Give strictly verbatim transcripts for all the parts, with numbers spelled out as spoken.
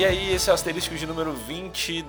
E aí, esse é o asterisco de número vinte e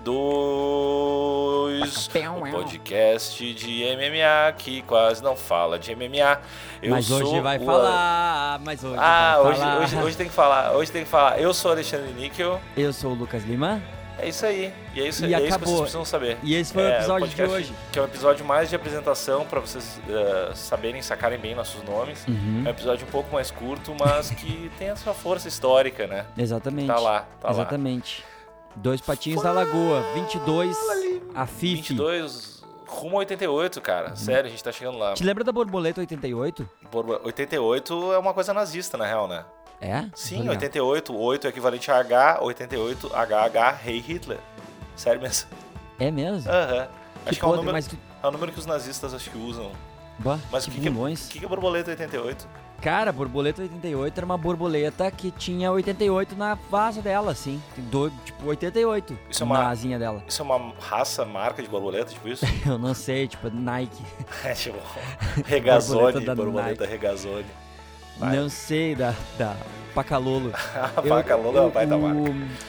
dois, o podcast de M M A que quase não fala de M M A. Eu mas sou hoje vai o... falar, mas hoje ah, vai hoje, falar. Hoje, hoje tem que falar, hoje tem que falar. Eu sou o Alexandre Níquel. Eu sou o Lucas Lima. É isso aí, e é isso, e é isso acabou. que vocês precisam saber. E esse foi é, o episódio o de hoje. Que é um episódio mais de apresentação, para vocês uh, saberem, sacarem bem nossos nomes. Uhum. É um episódio um pouco mais curto, mas que tem a sua força histórica, né? Exatamente. Tá lá, tá Exatamente. lá. Dois patinhos Fala, da Lagoa, vinte e dois, a Fifi. vinte e dois, rumo a oitenta e oito, cara. Uhum. Sério, a gente tá chegando lá. Te lembra da borboleta oitenta e oito? Borbo... oitenta e oito é uma coisa nazista, na real, né? É? Sim, oitenta e oito, oito é equivalente a H, oitenta e oito, H H, Rei Hitler. Sério mesmo. É mesmo? Aham. Uhum. Acho que é o, número, mas tu... é o número que os nazistas acho que usam. Bah, mas que o que, que, é, que, que é borboleta oitenta e oito? Cara, a borboleta oitenta e oito era uma borboleta que tinha oitenta e oito na asa dela, assim. Do, tipo, oitenta e oito isso é uma, na asinha dela. Isso é uma raça, marca de borboleta, tipo isso? Eu não sei, tipo, Nike. É, tipo, Regazone, borboleta, borboleta Regazone. Vai. Não sei, da, da Pacalolo. A Pacalolo é uma baita marca.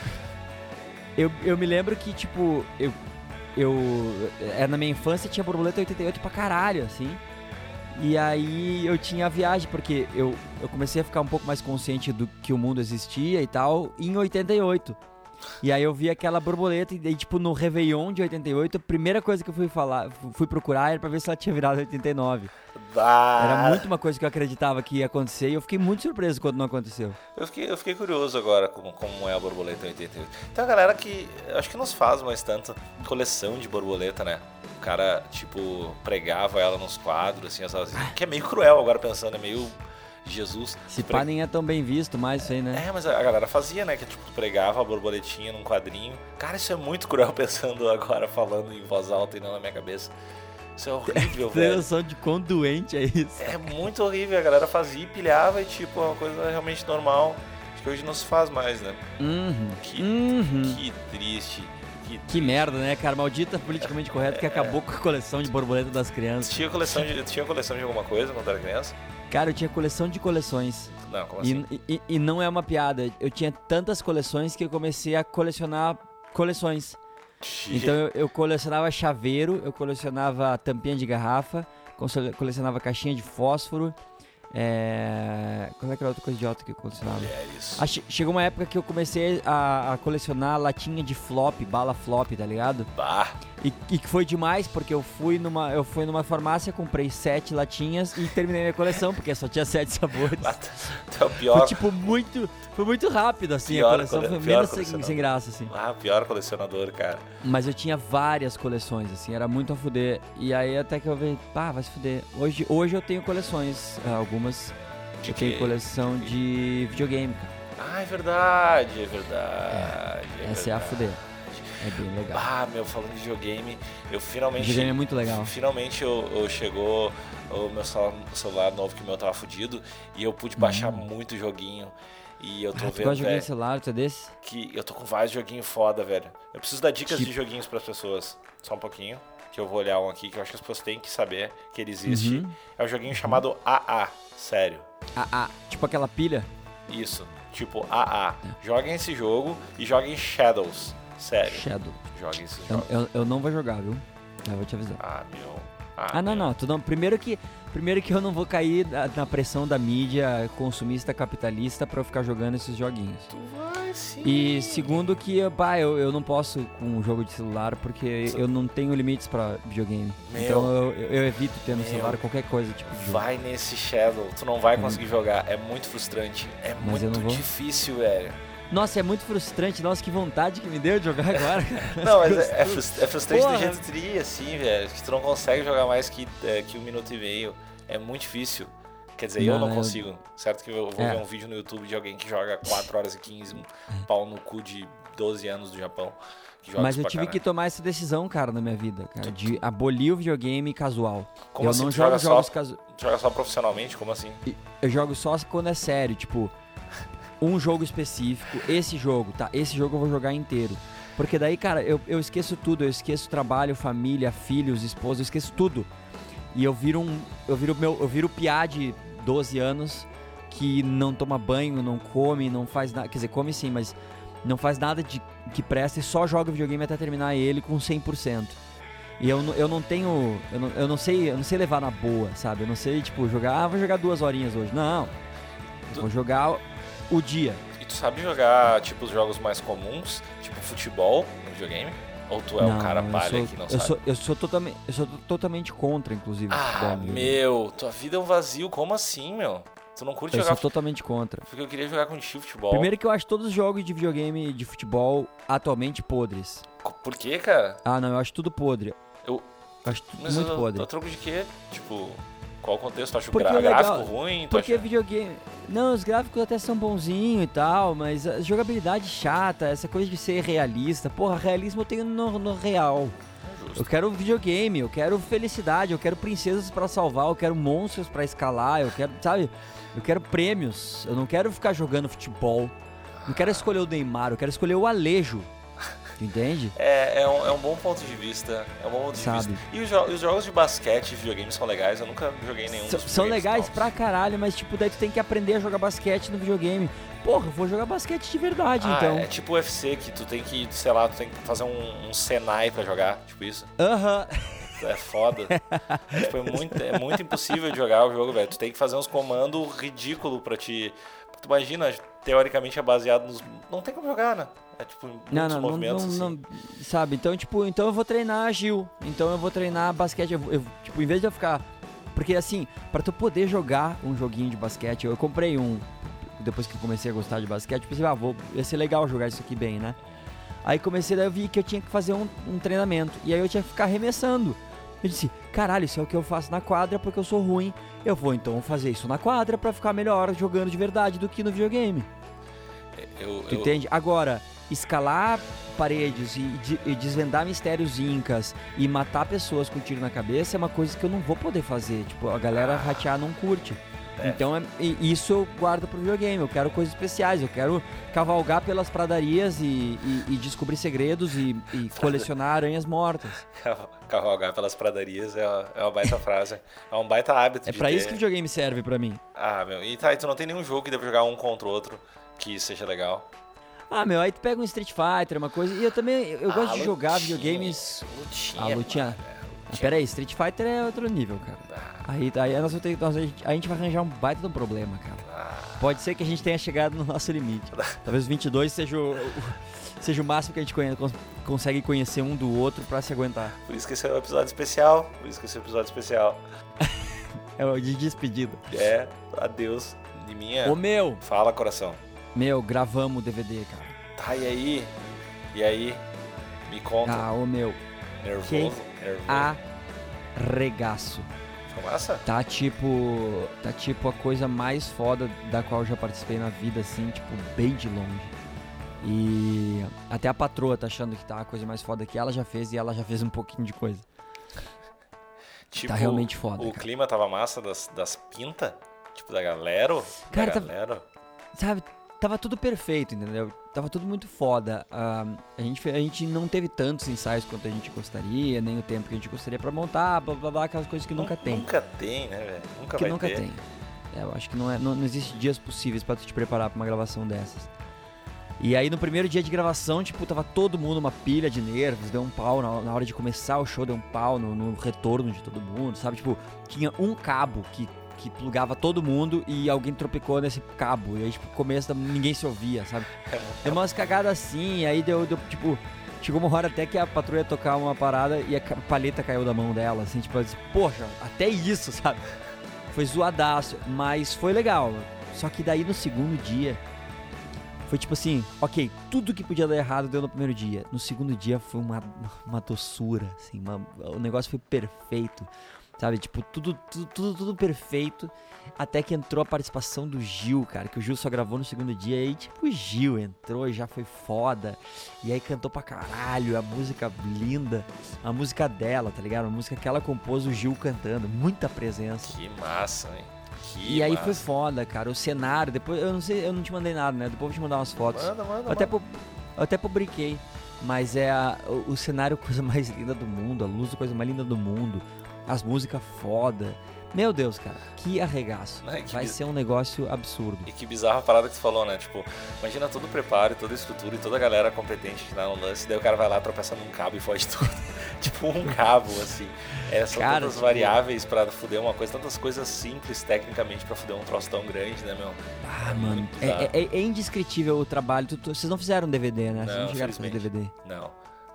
Eu, eu me lembro que, tipo, eu, eu era na minha infância, tinha borboleta oitenta e oito pra caralho, assim. E aí eu tinha a viagem, porque eu, eu comecei a ficar um pouco mais consciente do que o mundo existia e tal, em oitenta e oito. E aí eu vi aquela borboleta e daí, tipo, no Réveillon de oitenta e oito, a primeira coisa que eu fui falar, fui procurar era pra ver se ela tinha virado oitenta e nove. Ah. Era muito uma coisa que eu acreditava que ia acontecer e eu fiquei muito surpreso quando não aconteceu. Eu fiquei, eu fiquei curioso agora como, como é a borboleta oitenta e oito. Tem uma galera que acho que não se faz mais tanta coleção de borboleta, né? O cara, tipo, pregava ela nos quadros, assim, as, que é meio cruel agora pensando, é meio... Jesus. Se pá, nem é tão bem visto mais isso aí, né? É, mas a galera fazia, né? Que tipo, pregava a borboletinha num quadrinho. Cara, isso é muito cruel pensando agora, falando em voz alta e não na minha cabeça. Isso é horrível, Tem velho. noção de quão doente é isso. É muito horrível. A galera fazia e pilhava e tipo, é uma coisa realmente normal. Acho que hoje não se faz mais, né? Uhum. Que, uhum. que triste. Que, que merda, né, cara? Maldita politicamente correto que acabou com a coleção de borboleta das crianças. Tinha coleção de, tinha coleção de alguma coisa quando era criança? Cara, eu tinha coleção de coleções. Não, como assim? E, e, e não é uma piada. Eu tinha tantas coleções que eu comecei a colecionar coleções. Então eu, eu colecionava chaveiro, eu colecionava tampinha de garrafa, colecionava caixinha de fósforo. É... Qual é que era outra coisa idiota que eu colecionava? Ah, chegou uma época que eu comecei a, a colecionar latinha de flop, bala flop, tá ligado? Bah. E, e que foi demais, porque eu fui numa, eu fui numa farmácia, comprei sete latinhas e terminei minha coleção, porque só tinha sete sabores. É o pior. Foi tipo muito, foi muito rápido assim, pior a coleção cole... foi menos sem, sem graça assim. Ah, pior colecionador, cara. Mas eu tinha várias coleções assim, era muito a fuder. E aí até que eu vi, pá, vai se fuder. Hoje, hoje eu tenho coleções, algumas. De eu quê? tenho coleção de videogame, cara. Ah, é verdade, é verdade. É, é essa verdade. é a fuder. É bem legal. Ah, meu, falando de videogame, eu finalmente... Videogame é muito legal. Finalmente eu, eu chegou o meu celular, celular novo, que o meu tava fudido, e eu pude baixar hum. muito joguinho. E eu tô ah, vendo, tu gosta de joguinho velho, de celular, tu é desse? que eu tô com vários joguinhos foda, velho. Eu preciso dar dicas tipo... de joguinhos pras pessoas. Só um pouquinho, que eu vou olhar um aqui, que eu acho que as pessoas têm que saber que ele existe. Uhum. É um joguinho chamado A A, sério. A A, tipo aquela pilha? Isso, tipo A A. Joguem esse jogo e joguem Shadows, sério. Shadow. Joguem esses eu, jogos. eu, eu não vou jogar, viu? Eu vou te avisar. Ah, meu... Ah, ah, não, não, tu não. Primeiro que, primeiro que eu não vou cair na, na pressão da mídia consumista capitalista pra eu ficar jogando esses joguinhos. Tu vai sim. E segundo que, bah, eu, eu não posso com um jogo de celular porque Sim. eu não tenho limites pra videogame. Meu. Então eu, eu evito ter no Meu. celular qualquer coisa, tipo de jogo. Vai nesse Shadow, tu não vai conseguir hum. jogar. É muito frustrante. É Mas muito vou... difícil, velho. Nossa, é muito frustrante. Nossa, que vontade que me deu de jogar agora, cara. Não, mas é, é frustrante Porra. do jeito tri, assim, velho. Que tu não consegue jogar mais que, é, que um minuto e meio. É muito difícil. Quer dizer, não, eu não eu... consigo. Certo que eu vou é. ver um vídeo no YouTube de alguém que joga quatro horas e quinze, um pau no cu de doze anos do Japão. Que joga Mas eu tive caralho. que tomar essa decisão, cara, na minha vida, cara, de abolir o videogame casual. Como eu assim? não Tu jogo joga jogos só, casuais. Tu joga só profissionalmente? Como assim? Eu jogo só quando é sério, tipo... um jogo específico, esse jogo, tá? Esse jogo eu vou jogar inteiro. Porque daí, cara, eu, eu esqueço tudo. Eu esqueço trabalho, família, filhos, esposa, eu esqueço tudo. E eu viro um... Eu viro meu, eu viro piá de doze anos que não toma banho, não come, não faz nada. Quer dizer, come sim, mas não faz nada de que presta e só joga videogame até terminar ele com cem por cento. E eu, eu não tenho, eu não, eu não sei, eu não sei levar na boa, sabe? Eu não sei, tipo, jogar, ah, vou jogar duas horinhas hoje. Não, Tu- vou jogar o dia. E tu sabe jogar, tipo, os jogos mais comuns, tipo futebol no videogame? Ou tu é não, um cara eu palha sou, que não eu sabe? Sou, eu, sou totalmente, eu sou totalmente contra, inclusive, Ah, futebol no videogame. meu, tua vida é um vazio, como assim, meu? Tu não curte Eu jogar sou totalmente contra. Porque eu queria jogar contigo futebol. Primeiro que eu acho todos os jogos de videogame de futebol atualmente podres. Por quê, cara? Ah, não, eu acho tudo podre. Eu... Eu acho tudo Mas muito eu, podre. a troco de quê? Tipo, qual o contexto? Tu acha o Porque gra- é legal- gráfico ruim? Tu Porque acha... videogame... Não, os gráficos até são bonzinhos e tal, mas a jogabilidade chata, essa coisa de ser realista. Porra, realismo eu tenho no, no real. É justo. Eu quero videogame, eu quero felicidade, eu quero princesas pra salvar, eu quero monstros pra escalar, eu quero, sabe? Eu quero prêmios, eu não quero ficar jogando futebol. Não quero escolher o Neymar, eu quero escolher o Alejo. Tu entende? É, é, um, é um bom ponto de vista. É um bom ponto Sabe. de vista. E os, jo- os jogos de basquete e videogame são legais? Eu nunca joguei nenhum S- dos são videogames legais novos. pra caralho, mas tipo, daí tu tem que aprender a jogar basquete no videogame. Porra, eu vou jogar basquete de verdade, Ah, então. é tipo U F C, que tu tem que, sei lá, tu tem que fazer um, um Senai pra jogar, tipo isso. Aham. É foda. É, tipo, é, muito, é muito impossível de jogar o jogo, velho. Tu tem que fazer uns comandos ridículos pra te... Tu imagina, teoricamente é baseado nos... Não tem como jogar, né? É tipo, muitos Não, não, não, movimentos não, assim. não- sabe? Então, tipo, então eu vou treinar Gil. Então eu vou treinar basquete. Eu, eu, tipo, em vez de eu ficar... Porque assim, pra tu poder jogar um joguinho de basquete, eu, eu comprei um... Depois que eu comecei a gostar de basquete, eu pensei, ah, vou, ia ser legal jogar isso aqui bem, né? Aí comecei, daí eu vi que eu tinha que fazer um, um treinamento. E aí eu tinha que ficar arremessando. Eu disse, caralho, isso é o que eu faço na quadra porque eu sou ruim. Eu vou então fazer isso na quadra pra ficar melhor jogando de verdade do que no videogame. Eu, Tu eu, entende? Agora, escalar paredes e, de- e desvendar mistérios incas e matar pessoas com tiro na cabeça é uma coisa que eu não vou poder fazer. Tipo, a galera ratear não curte. É. Então, é- e- isso eu guardo pro videogame. Eu quero coisas especiais. Eu quero cavalgar pelas pradarias e, e- e descobrir segredos e, e colecionar aranhas mortas. Cavalgar pelas pradarias é uma, é uma baita frase. É um baita hábito É de pra ter. isso que o videogame serve pra mim. Ah, meu. E tá, e tu não tem nenhum jogo que deve jogar um contra o outro que seja legal? Ah, meu, aí tu pega um Street Fighter, uma coisa. E eu também, eu, eu Ah, gosto de jogar lutinha, videogames. Lutinha. A lutinha. cara, Ah, lutinha. pera aí, Street Fighter é outro nível, cara. Ah, Aí, aí nós vamos ter, nós, a, gente, a gente vai arranjar um baita de um problema, cara. ah. Pode ser que a gente tenha chegado no nosso limite. Talvez o vinte e dois seja o, o- seja o máximo que a gente conhe- cons- consegue conhecer um do outro pra se aguentar. Por isso que esse é um episódio especial. Por isso que esse é um episódio especial. É o de despedida. É, adeus. De minha. Ô meu, Fala, coração. meu, gravamos o D V D, cara. Tá, e aí? E aí? Me conta. Ah, ô meu, nervoso? que Nervoso. arregaço. Ficou massa? Tá tipo, tá tipo a coisa mais foda da qual eu já participei na vida, assim, tipo, bem de longe. E até a patroa tá achando que tá a coisa mais foda que ela já fez e ela já fez um pouquinho de coisa. Tipo, Tá realmente foda, O cara. clima tava massa das, das pintas? Tipo, da galera? Cara, da tá- galera? Sabe, tava tudo perfeito, entendeu? Tava tudo muito foda. Ah, a, gente, fe- a gente não teve tantos ensaios quanto a gente gostaria, nem o tempo que a gente gostaria pra montar, blá blá blá, aquelas coisas que nunca Nu- tem. Nunca tem, né, velho? Nunca que vai nunca ter. tem. É, eu acho que não, é, não, não existe dias possíveis pra tu te preparar pra uma gravação dessas. E aí no primeiro dia de gravação, tipo, tava todo mundo uma pilha de nervos, deu um pau na, na hora de começar o show, deu um pau no, no retorno de todo mundo, sabe? Tipo, tinha um cabo que, que plugava todo mundo e alguém tropicou nesse cabo. E aí, tipo, no começo da- ninguém se ouvia, sabe? Deu umas cagadas assim, e aí deu, deu, tipo... Chegou uma hora até que a patrulha ia tocar uma parada e a ca- palheta caiu da mão dela, assim, tipo, ela disse, poxa, até isso, sabe? Foi zoadaço, mas foi legal. Só que daí no segundo dia, foi tipo assim, ok, tudo que podia dar errado deu no primeiro dia. No segundo dia foi uma, uma doçura, assim, uma- o negócio foi perfeito, sabe? Tipo, tudo, tudo, tudo, tudo perfeito. Até que entrou a participação do Gil, cara, que o Gil só gravou no segundo dia. E aí, tipo, o Gil entrou e já foi foda. E aí cantou pra caralho, a música linda, a música dela, tá ligado? A música que ela compôs, o Gil cantando, muita presença. Que massa, hein? Que E aí massa. foi foda, cara, o cenário, depois, eu não sei, eu não te mandei nada, né? Depois eu vou te mandar umas fotos. Manda, manda, Eu até, manda. pu- eu até publiquei. mas é a, o, o cenário coisa mais linda do mundo, a luz a coisa mais linda do mundo, as músicas foda. Meu Deus, cara, que arregaço. Ai, que Vai biz... ser um negócio absurdo. E que bizarra a parada que tu falou, né? Tipo, imagina todo o preparo, toda a estrutura e toda a galera competente que dá no lance, daí o cara vai lá, tropeça num cabo e foge tudo. Tipo, um cabo, assim. É, são Cara, tantas tipo... variáveis pra fuder uma coisa, tantas coisas simples tecnicamente pra fuder um troço tão grande, né, meu? Ah, é mano, é, é, é indescritível o trabalho. Tu, tu, vocês não fizeram D V D, né? Vocês não, não chegaram a fazer D V D. Não.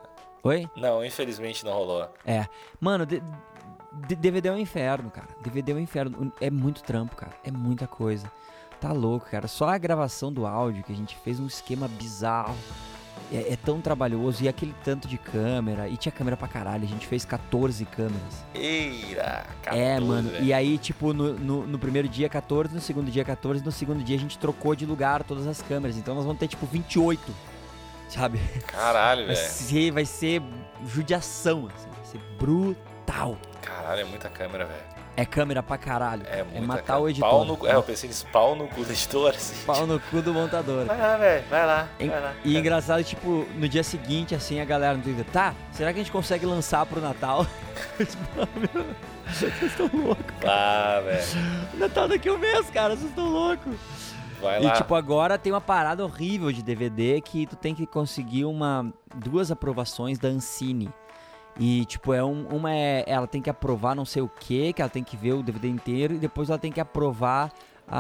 Oi? Não, infelizmente não rolou. É. Mano, D- D- DVD é um inferno, cara. D V D é um inferno. É muito trampo, cara. É muita coisa. Tá louco, cara. Só a gravação do áudio que a gente fez um esquema bizarro. É, é tão trabalhoso. E aquele tanto de câmera. E tinha câmera pra caralho. A gente fez catorze câmeras. Eira, catorze, É, mano. velho. E aí, tipo, no, no, no primeiro dia catorze, no segundo dia catorze, no segundo dia a gente trocou de lugar todas as câmeras. Então nós vamos ter, tipo, vinte e oito. Sabe? Caralho, Vai velho. ser, vai ser judiação, assim. Vai ser brutal. Caralho, é muita câmera, velho. É câmera pra caralho. É muita É matar câmera. o editor. Pau no... É, eu pensei nisso, pau no cu do editor, assim. Pau no cu do montador. Vai lá, velho, vai lá, E, vai lá. e engraçado, tipo, no dia seguinte, assim, a galera no Twitter, tá, será que a gente consegue lançar pro Natal? Eu disse, "Mano, meu, vocês estão loucos, cara. Ah, velho. Natal daqui a um mês, cara, vocês estão loucos. Vai E, lá. tipo, agora tem uma parada horrível de D V D que tu tem que conseguir uma, duas aprovações da Ancine. E, tipo, é um, uma é, ela tem que aprovar não sei o que, que ela tem que ver o D V D inteiro, e depois ela tem que aprovar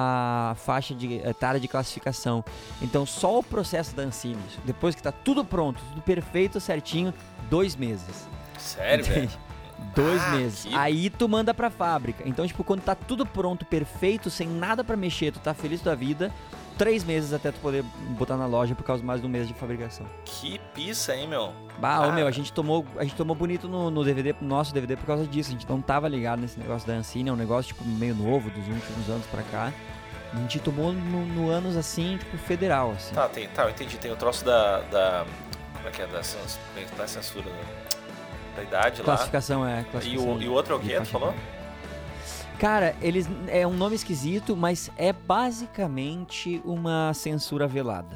a faixa de etária de classificação. Então, só o processo da Ancine, depois que tá tudo pronto, tudo perfeito, certinho, dois meses. Sério, velho? Entende? Dois Ah, meses. que- Aí tu manda pra fábrica. Então, tipo, quando tá tudo pronto, perfeito, sem nada pra mexer, tu tá feliz da vida, três meses até tu poder botar na loja por causa mais de um mês de fabricação. Que pizza, hein, meu? Bah, ô Ah. meu, a gente tomou, a gente tomou bonito no, no D V D, no nosso D V D por causa disso. A gente não tava ligado nesse negócio da Ancine, é um negócio, tipo, meio novo, dos últimos anos pra cá. A gente tomou no, no anos, assim, tipo, federal, assim. Tá, tem, tá, eu entendi. Tem o troço da... da como é que é? Da, cens, da censura, né? Da idade lá. Classificação, é, E classificação. o, e o outro é o de quê, tu faixa falou? etária. Cara, eles é um nome esquisito, mas é basicamente uma censura velada.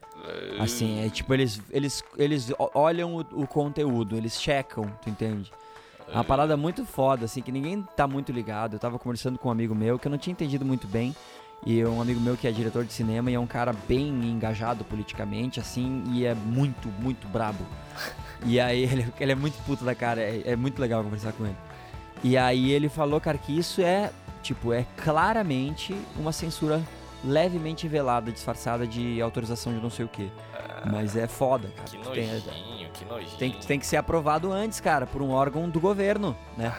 Assim, é tipo, eles, eles, eles o- olham o, o conteúdo, eles checam, tu entende? É uma parada muito foda, assim, que ninguém tá muito ligado. Eu tava conversando com um amigo meu que eu não tinha entendido muito bem. E um amigo meu que é diretor de cinema e é um cara bem engajado politicamente, assim, e é muito, muito brabo. E aí ele, ele é muito puto da cara, é, é muito legal conversar com ele. E aí ele falou, cara, que isso é, tipo, é claramente uma censura levemente velada, disfarçada de autorização de não sei o quê. Mas é foda, cara. Que Tu tem, nojinho, que nojinho. tem, que- tem que ser aprovado antes, cara, por um órgão do governo, né?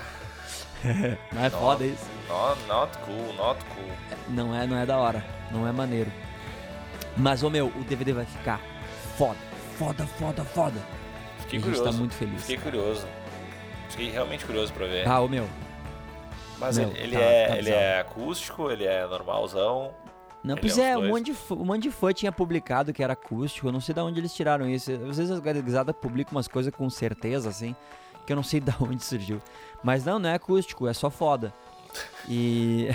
Não é Not- foda isso? Not, not cool, not cool. Não é, não é da hora, não é maneiro. Mas, ô meu, o D V D vai ficar foda, foda, foda, foda. Fiquei E a gente curioso. tá muito feliz. Fiquei curioso. Fiquei realmente curioso pra ver. Ah, ô meu, Mas meu, ele, ele tá- é, tá ele bizarro. é acústico, ele é normalzão. não, Ele pois é os é, um dois. monte, de, fã- um monte de fã tinha publicado que era acústico, eu não sei de onde eles tiraram isso. Às vezes as gurizada publicam umas coisas com certeza, assim, que eu não sei de onde surgiu. Mas não, não é acústico, é só foda. E...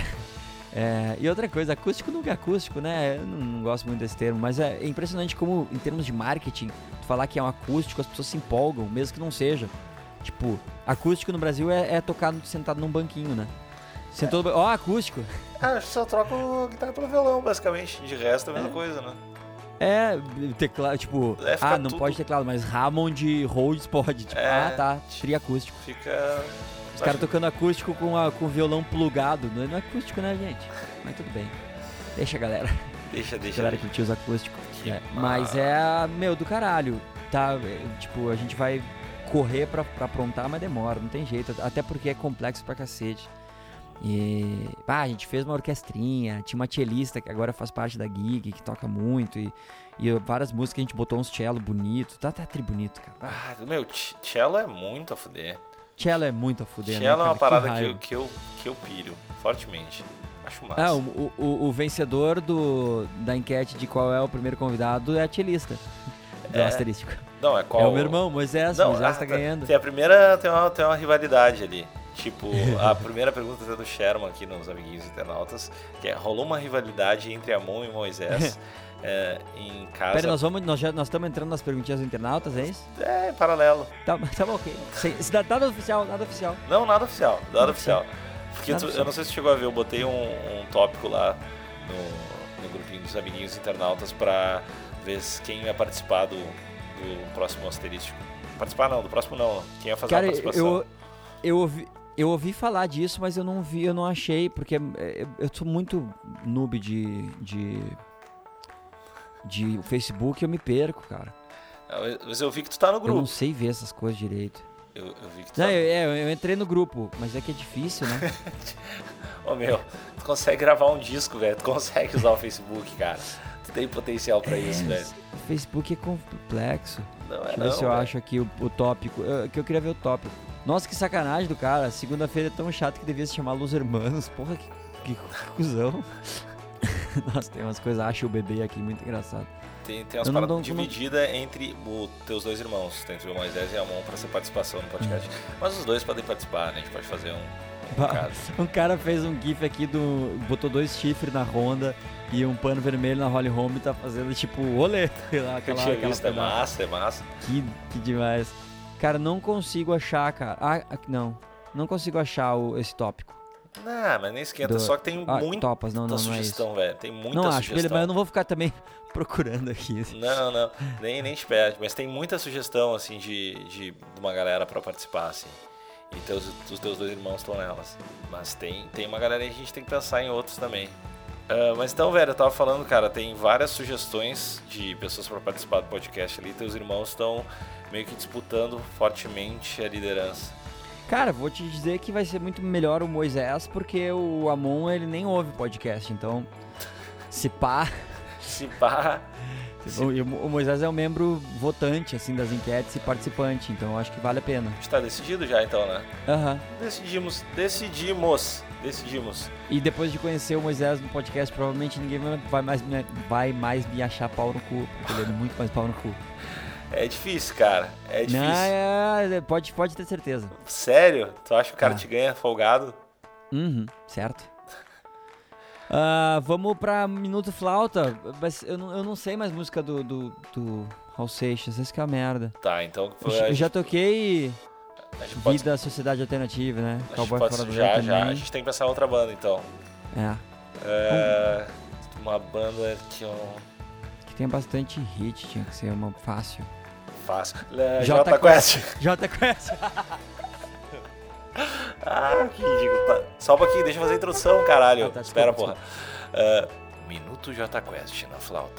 é, e outra coisa, acústico nunca é acústico, né? Eu não, não gosto muito desse termo, mas é impressionante como, em termos de marketing, tu falar que é um acústico, as pessoas se empolgam, mesmo que não seja. Tipo, acústico no Brasil é, é tocar sentado num banquinho, né? Sentou, no ba- ó, acústico. Ah, acho que só troca o guitarra pelo violão, basicamente. De resto é a mesma É. coisa, né? É, teclado, tipo, É, fica ah, não tudo- pode teclado, mas Hammond Rhodes pode. Tipo, É. ah, tá, triacústico. Fica... Os caras tocando acústico com, a, com o violão plugado. Não é, não é acústico, né, gente? Mas tudo bem. Deixa a galera. Deixa, A deixa. galera curtir os acústicos. Que É, ma- mas é, meu, do caralho. Tá, é, tipo, a gente vai correr pra, pra aprontar, mas demora, não tem jeito. Até porque é complexo pra cacete. E, ah, a gente fez uma orquestrinha, tinha uma cellista que agora faz parte da gig, que toca muito. E, e várias músicas a gente botou uns cello bonito. Tá, tá tri bonito, cara. Ah, Ah, meu, ch- cello é muito a fuder. cello é muito a fuder, né, Cello é cara? uma Que parada que raiva. eu, que, eu, que eu pilho fortemente. Acho massa. Ah, o, o, o vencedor do, da enquete de qual é o primeiro convidado é a cellista do É. asterístico. Não, é qual... É o meu irmão, Moisés. Não, Moisés ah, tá ganhando. Tem a primeira, tem uma, tem uma rivalidade ali. Tipo, a primeira pergunta é do Sherman aqui nos Amiguinhos Internautas, que é, rolou uma rivalidade entre Amon e Moisés. é, em casa. Pera, nós vamos, nós já nós estamos entrando nas perguntinhas dos internautas, é isso? É, em paralelo. Tá, tá bom, ok. Sem, nada oficial, nada oficial. Não, nada oficial, nada, nada oficial. oficial. Porque nada tu, oficial. eu não sei se tu chegou a ver, eu botei um, um tópico lá no, no grupinho dos amiguinhos internautas pra ver quem ia participar do, do próximo asterístico. Participar não, do próximo não. Quem ia fazer Cara, a participação. eu, eu ouvi... Eu ouvi falar disso, mas eu não vi, eu não achei, porque eu, eu sou muito noob de, de, de Facebook, eu me perco, cara. Mas eu vi que tu tá no grupo. Eu não sei ver essas coisas direito. Eu, eu vi que tu Não, tá eu, no... é, eu entrei no grupo, mas é que é difícil, né? Ô meu, tu consegue gravar um disco, velho, tu consegue usar o Facebook, cara. Tu tem potencial pra é, isso, velho. O Facebook é complexo. Não é Deixa eu não, ver se eu véio. acho aqui o, o tópico, eu, que eu queria ver o tópico. Nossa, que sacanagem do cara. Segunda-feira é tão chato que devia se chamar Los Hermanos. Porra, que, que, que cuzão. Nossa, tem umas coisas, acho o bebê aqui, muito engraçado. Tem, tem umas Eu não paradas dou- não- divididas entre os teus dois irmãos, entre o Moisés e a Amon, pra ser participação no podcast. Mas os dois podem participar, né? A gente pode fazer um, um Bah, caso. Um cara fez um gif aqui do... Botou dois chifres na Honda e um pano vermelho na Holly Home e tá fazendo tipo olê. Eu Aquela, tinha aquela visto, é pedala. massa, é massa. Que, que demais. Cara, não consigo achar, cara. Ah, aqui- não. Não consigo achar o, esse tópico. Não, mas nem esquenta, Do- só que tem Ah, muita topas, não, não, não é isso. sugestão, velho. Tem muita Não acho, sugestão. beleza, mas eu não vou ficar também procurando aqui. Não, não, nem, nem te pede, mas tem muita sugestão, assim, de, de, de uma galera pra participar, assim. E teus, os teus dois irmãos estão nelas. Mas tem, tem uma galera aí que a gente tem que pensar em outros também. Ah, mas então, velho, eu tava falando, cara, tem várias sugestões de pessoas pra participar do podcast ali. Teus irmãos estão meio que disputando fortemente a liderança. Cara, vou te dizer que vai ser muito melhor o Moisés, porque o Amon, ele nem ouve podcast, então... Se pá... Se pá... Se... O, o Moisés é um membro votante, assim, das enquetes e participante, então eu acho que vale a pena. A gente tá decidido já, então, né? Aham. Decidimos, decidimos, decidimos. E depois de conhecer o Moisés no podcast, provavelmente ninguém vai mais, me- vai mais me achar pau no cu, porque ele é muito mais pau no cu. É difícil, cara, é difícil. Não, é, pode, pode ter certeza. Sério? Tu acha que o cara Ah. te ganha folgado? Uhum, certo. Ah, vamos pra Minuto Flauta, mas eu não, eu não sei mais música do, do, do Raul Seixas, essa que é a merda. Tá, então... Eu, já- eu já toquei a gente pode, Vida, Sociedade Alternativa, né? a gente Cowboy pode Fora do já, Véu já. A também. gente tem que pensar em outra banda, então. É, É, uma banda que eu que tem bastante hit, tinha que ser uma fácil. faço. É, J J Quest. J Quest. Ah, que ridículo. Tá. Só um pouquinho, deixa eu fazer a introdução, caralho. Ah, tá, Espera, desculpa, porra. É, Minuto J Quest na flauta.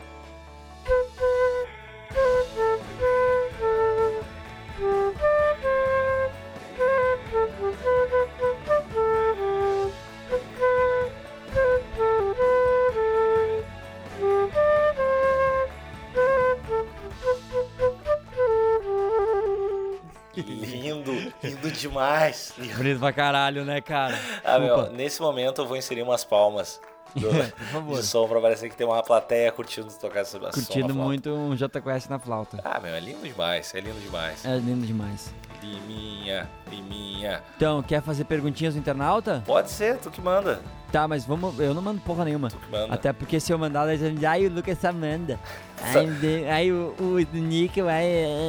Lindo, lindo demais. Lindo. Bonito pra caralho, né, cara? Ah, meu, Desculpa. nesse momento eu vou inserir umas palmas do, Por favor. de som pra parecer que tem uma plateia curtindo tocar essa som na Curtindo flauta. muito um J Quest na flauta. Ah, meu, é lindo demais, é lindo demais. É lindo demais. Liminha, liminha. Então, quer fazer perguntinhas do internauta? Pode ser, tu que manda. Tá, mas vamos. Eu não mando porra nenhuma. Tu que manda. Até porque se eu mandar, eles vão dizer, ai, o Lucas só manda. Sa- Ai, de- ai, o, o Nick vai.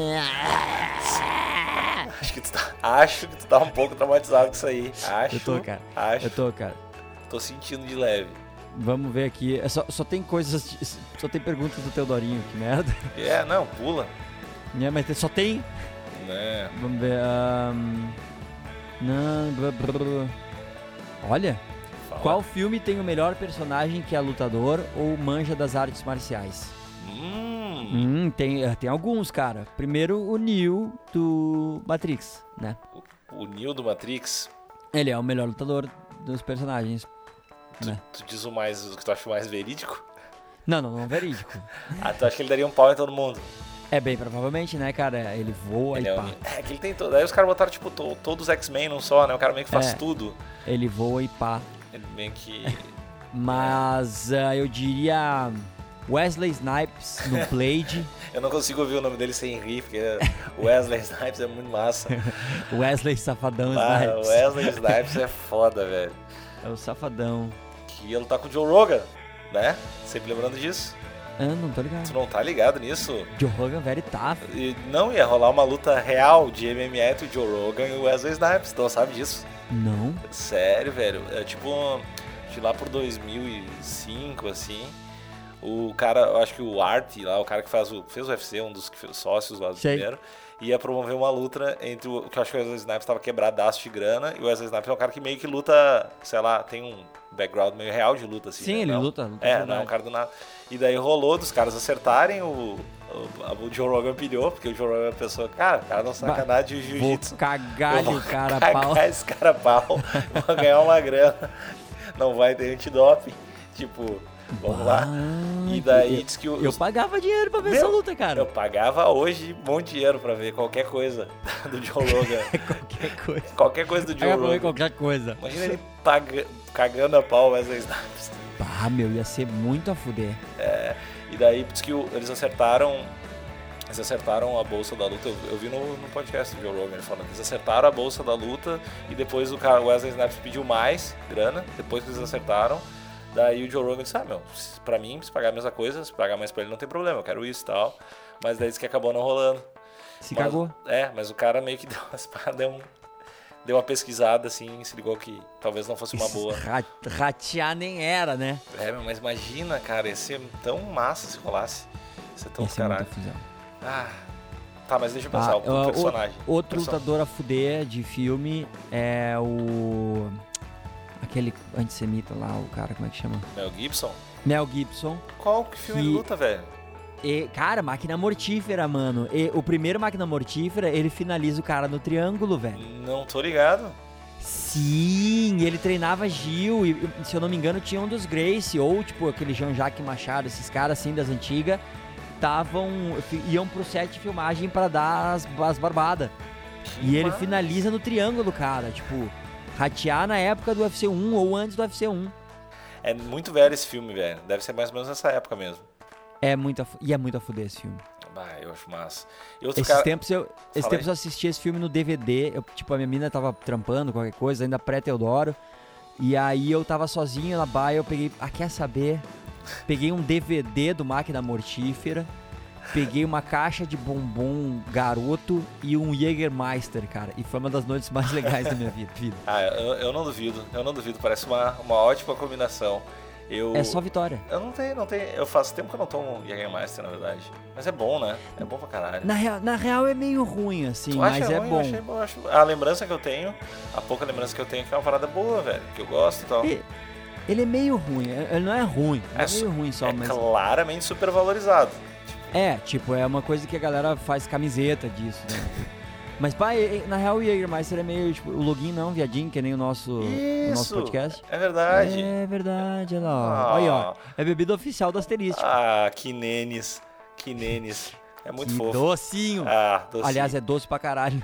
Acho que tu tá, acho que tu tá um pouco traumatizado com isso aí. Acho. Eu tô, cara. Acho. Eu tô, cara. Tô sentindo de leve. Vamos ver aqui. É só, só tem coisas. Só tem perguntas do Teodorinho, que merda. É, não, pula. É, mas tem- só tem. Né? Vamos ver. ahn, Não. blá, blá, blá. Olha, Fala. qual filme tem o melhor personagem que é lutador ou manja das artes marciais? Hum. Hum, tem, eh, tem alguns, cara. Primeiro, o Neo do Matrix, né? O Neo do Matrix, Ele é o melhor lutador dos personagens, né? tu diz o mais, o que tu acha mais verídico? Não, não, não é verídico. Ah, tu acha que ele daria um pau em todo mundo? É bem provavelmente, né, cara? Ele voa Ele e é, pá. um... é que ele tem todo. Aí os caras botaram, tipo, to- todos os X-Men num só, né? O cara meio que faz É. tudo. Ele voa e pá. Ele meio que. Mas ah, eu diria Wesley Snipes no Blade. Eu não consigo ouvir o nome dele sem rir, porque o Wesley Snipes é muito massa. Wesley Safadão Ah, o Snipes. Wesley Snipes é foda, velho. É o Safadão. Que ia lutar com o Joe Rogan, né? Sempre lembrando disso. Ah, não tô ligado. Tu não tá ligado nisso? Joe Rogan very tough. E não ia rolar uma luta real de M M A entre o Joe Rogan e o Wesley Snipes, tu não sabe disso? Não. Sério, velho. É tipo, de lá por dois mil e cinco, assim, o cara, eu acho que o Art lá, o cara que faz o, fez o U F C, um dos sócios lá do Sei. primeiro, ia promover uma luta entre o que eu acho que o Wesley Snipes tava quebradaço de grana, e o Wesley Snipes é um cara que meio que luta, sei lá, tem um background meio real de luta, assim. Sim, né? ele não, luta, luta. É, não é um cara do nada. E daí rolou dos caras acertarem, o, o, o Joe Rogan pilhou, porque o Joe Rogan pensou, cara, o cara não sacanagem de jiu-jitsu. Vou cagar Eu vou o cara cagar pau. esse cara pau, vou ganhar uma grana, não vai ter antidoping, tipo, vamos lá. Ah, E daí eu, diz que o, eu pagava dinheiro pra ver Meu, essa luta, cara. eu pagava hoje um monte de dinheiro pra ver qualquer coisa do Joe Rogan. Qualquer coisa. Qualquer coisa do Joe Pagava pra ver Rogan. qualquer coisa. Imagina ele paga, cagando a pau o Wesley Snipes. Ah, meu, ia ser muito a fuder. É, e daí diz que o, eles acertaram. Eles acertaram a bolsa da luta. Eu, eu vi no, no podcast do Joe Rogan ele falando. Eles acertaram a bolsa da luta e depois o cara, o Wesley Snipes pediu mais grana. Depois que eles acertaram. Daí o Joe Rogan disse, ah, meu, pra mim, se pagar a mesma coisa, se pagar mais pra ele não tem problema, eu quero isso e tal. Mas daí disse que acabou não rolando. Se mas, cagou. É, mas o cara meio que deu uma, deu, um, deu uma pesquisada, assim, se ligou que talvez não fosse uma boa. Ra- Ratear nem era, né? É, meu, mas imagina, cara, ia ser tão massa se rolasse. Ia ser tão Ia ser caralho. muita fusão. Ah, tá, mas deixa eu pensar, Ah, o uh, personagem. o- Outro Person- lutador a fuder de filme é o... Aquele antissemita lá, o cara, como é que chama? Mel Gibson? Mel Gibson. Qual que filme Que- de luta, velho? E, cara, Máquina Mortífera, mano. E, o primeiro Máquina Mortífera, ele finaliza o cara no triângulo, velho. Não tô ligado. Sim, ele treinava Gil e, e, se eu não me engano, tinha um dos Gracie, ou tipo aquele Jean-Jacques Machado, esses caras assim das antigas, estavam, iam pro set de filmagem pra dar as, as barbadas. E ele massa. finaliza no triângulo, cara, tipo, ratear na época do U F C um ou antes do U F C um. É muito velho esse filme, velho. Deve ser mais ou menos nessa época mesmo. É muito a, fu- e é muito a fuder esse filme. Bah, eu acho massa. E outro Esses cara... tempos eu, esses Fala tempos aí. eu assisti esse filme no D V D, eu, tipo, a minha mina tava trampando, qualquer coisa, ainda pré-Teodoro, e aí eu tava sozinho na baia, eu peguei, ah, quer saber? Peguei um D V D do Máquina Mortífera, peguei uma caixa de bombom garoto e um Jägermeister, cara, e foi uma das noites mais legais da minha vida. vida. Ah, eu, eu não duvido, eu não duvido, parece uma, uma ótima combinação. Eu, É só vitória. Eu não tenho, não tenho, eu faço tempo que eu não tomo Jägermeister, na verdade. Mas é bom, né? É bom pra caralho. Na real, na real é meio ruim, assim, Tu mas acha é ruim? Eu bom. achei bom, eu acho- A lembrança que eu tenho, a pouca lembrança que eu tenho é que é uma parada boa, velho, que eu gosto e tal. E- Ele é meio ruim, ele não é ruim, é, É su- meio ruim só, é mas... claramente super valorizado. É, tipo, é uma coisa que a galera faz camiseta disso, né? Mas, pá, e- e- na real o Jägermeister é meio, tipo, o login não, viadinho, que nem o nosso, o nosso Isso, podcast. é verdade. É verdade, olha lá, ó. Ah. Olha aí, ó. É bebida oficial do Asterístico. Ah, que nenes, que nenes. É muito Que fofo. docinho. Ah, docinho. Aliás, é doce pra caralho.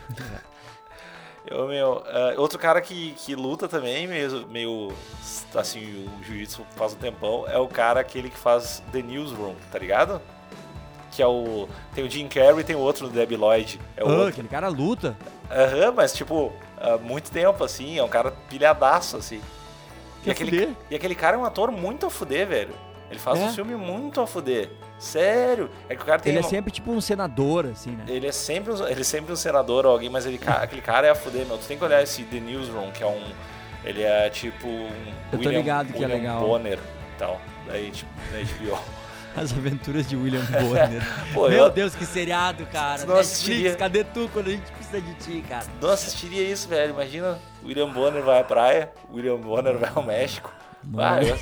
Eu, meu, ah, outro cara que, que luta também, meio, meio assim, o jiu-jitsu faz um tempão, é o cara aquele que faz The Newsroom, tá ligado? Que é o... Tem o Jim Carrey e tem o outro, o Debbie Lloyd. É o Ah, outro. aquele cara luta. Aham, mas tipo, há muito tempo, assim, é um cara pilhadaço, assim. E Quer aquele, fuder? e aquele cara é um ator muito a fuder, velho. Ele faz É? um filme muito a fuder. Sério. É que o cara tem Ele é uma- sempre tipo um senador, assim, né? Ele é sempre um, ele é sempre um senador ou alguém, mas ele, ca- aquele cara é a fuder, meu. Tu tem que olhar esse The Newsroom, que é um... Ele é tipo um Eu tô William, ligado que é William legal. Bonner e tal, da H- da H B O. As aventuras de William Bonner. Pô, Meu eu- Deus, que seriado, cara. Tu não Netflix, assistiria? cadê tu quando a gente precisa de ti, cara? Não assistiria isso, velho. Imagina, William Bonner vai à praia, William Bonner vai ao México. Ah, eu-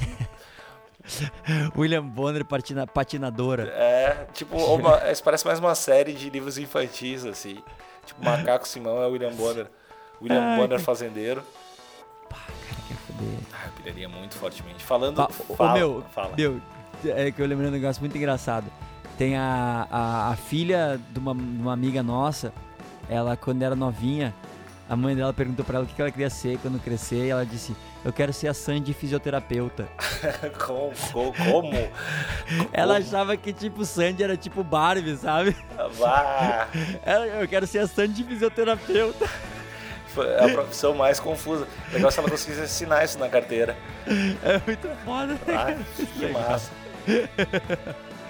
William Bonner patina, patinadora. É, tipo, uma, isso parece mais uma série de livros infantis, assim. Tipo, Macaco Simão é William Bonner. William Ai, Bonner que- fazendeiro. Pá, cara, quer foder. Ah, eu pilharia muito fortemente. Falando... Pá, ô, fala, meu, fala. meu, é que eu lembrei um negócio muito engraçado. Tem a, a, a filha de uma, de uma amiga nossa, ela, quando era novinha, a mãe dela perguntou pra ela o que ela queria ser quando crescer, e ela disse, eu quero ser a Sandy fisioterapeuta. como, como, como? Ela achava que, tipo, Sandy era tipo Barbie, sabe? Vá. Ela, eu quero ser a Sandy fisioterapeuta. Foi a profissão mais confusa. O negócio é ela conseguisse assinar isso na carteira. É muito foda. Ah, que massa.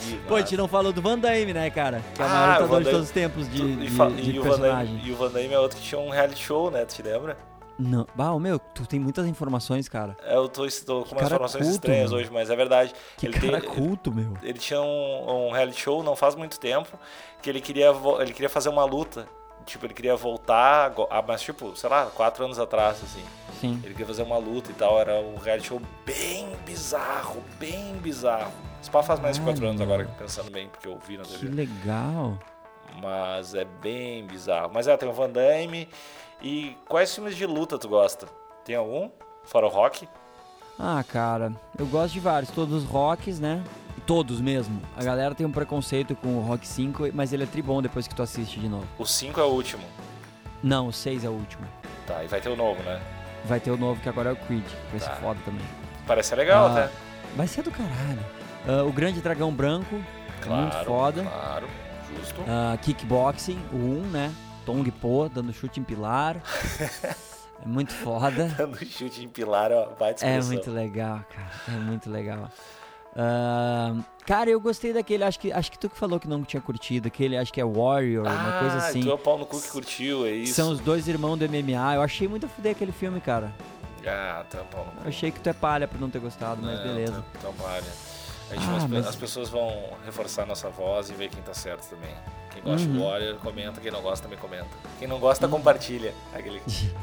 Pô, a gente não falou do Van Damme, né, cara? Que é o maior Ah, o lutador Van de Damme- todos os tempos de, Tu- de, e, fa- de e o Van personagem. Damme, e o Van Damme é outro que tinha um reality show, né? Tu te lembra? Não. Bah, ô, meu, tu tem muitas informações, cara. É, Eu tô, tô com umas cara informações culto, estranhas mano. hoje, mas é verdade. Que ele cara tem- culto, meu. Ele tinha um, um reality show não faz muito tempo que ele queria, vo- ele queria fazer uma luta. Tipo, ele queria voltar, ago- ah, mas tipo, sei lá, quatro anos atrás, assim. Sim. Ele queria fazer uma luta e tal. Era um reality show bem bizarro, bem bizarro. Esse pá faz mais de quatro Olha. anos agora, pensando bem, porque eu vi na Que T V. legal. Mas é bem bizarro. Mas é, tem o Van Damme. E quais filmes de luta tu gosta? Tem algum? Fora o Rock? Ah, cara, eu gosto de vários. Todos os rocks, né? Todos mesmo. A galera tem um preconceito com o Rock cinco, mas ele é tribom depois que tu assiste de novo. O cinco é o último. Não, o seis é o último. Tá, e vai ter o novo, né? Vai ter o novo que agora é o Creed. Vai Tá. ser foda também. Parece ser legal Ah, até. Vai ser do caralho. Ah, o Grande Dragão Branco, Claro, muito foda. claro, justo. Ah, Kickboxing, o um, né? Tong Po, dando chute em pilar. É muito foda. Dando chute em pilar, ó, vai É discussão. muito legal, cara. É muito legal. Ah, cara, eu gostei daquele, acho que, acho que tu que falou que não tinha curtido, aquele, acho que é Warrior, uma coisa Ah, assim. tu é o pau no cu que curtiu, é isso. São os dois irmãos do M M A. Eu achei muito a fuder aquele filme, cara. Ah, tu é o pau no cu. Eu achei que tu é palha por não ter gostado, mas Não, beleza. tu- Então vale. A gente, Ah, as, pe- mas- as pessoas vão reforçar nossa voz e ver quem tá certo também. Quem gosta Uhum. do Warrior, comenta. Quem não gosta, também comenta. Quem não gosta, compartilha. Aquele...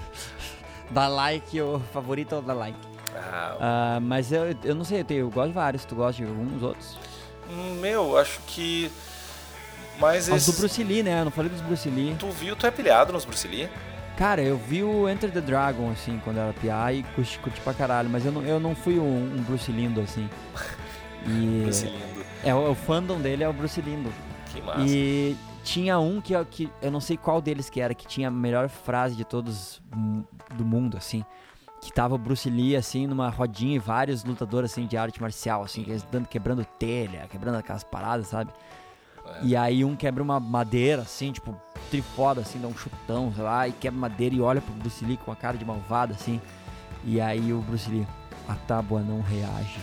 Dá like, o favorito ou dá like. Ah, Ah, mas eu, eu não sei, eu, tenho, eu gosto de vários. Tu gosta de alguns outros? meu, acho que... Mas Os do esse... Bruce Lee, né? Eu não falei dos Bruce Lee. Tu viu, tu é pilhado nos Bruce Lee? Cara, eu vi o Enter the Dragon, assim, quando eu era piá e curti, curti pra caralho. Mas eu não, eu não fui um, um Bruce Lindo, assim. E Bruce lindo. é, o, o fandom dele é o Bruce Lindo. Que massa. E tinha um que, eu- que eu não sei qual deles que era, que tinha a melhor frase de todos mu- do mundo, assim. Que tava o Bruce Lee, assim, numa rodinha e vários lutadores, assim, de arte marcial, assim, que eles dando, quebrando telha, quebrando aquelas paradas, sabe? É. E aí um quebra uma madeira, assim, tipo, trifoda, assim, dá um chutão, sei lá, e quebra madeira e olha pro Bruce Lee com a cara de malvado, assim. E aí o Bruce Lee, a tábua não reage.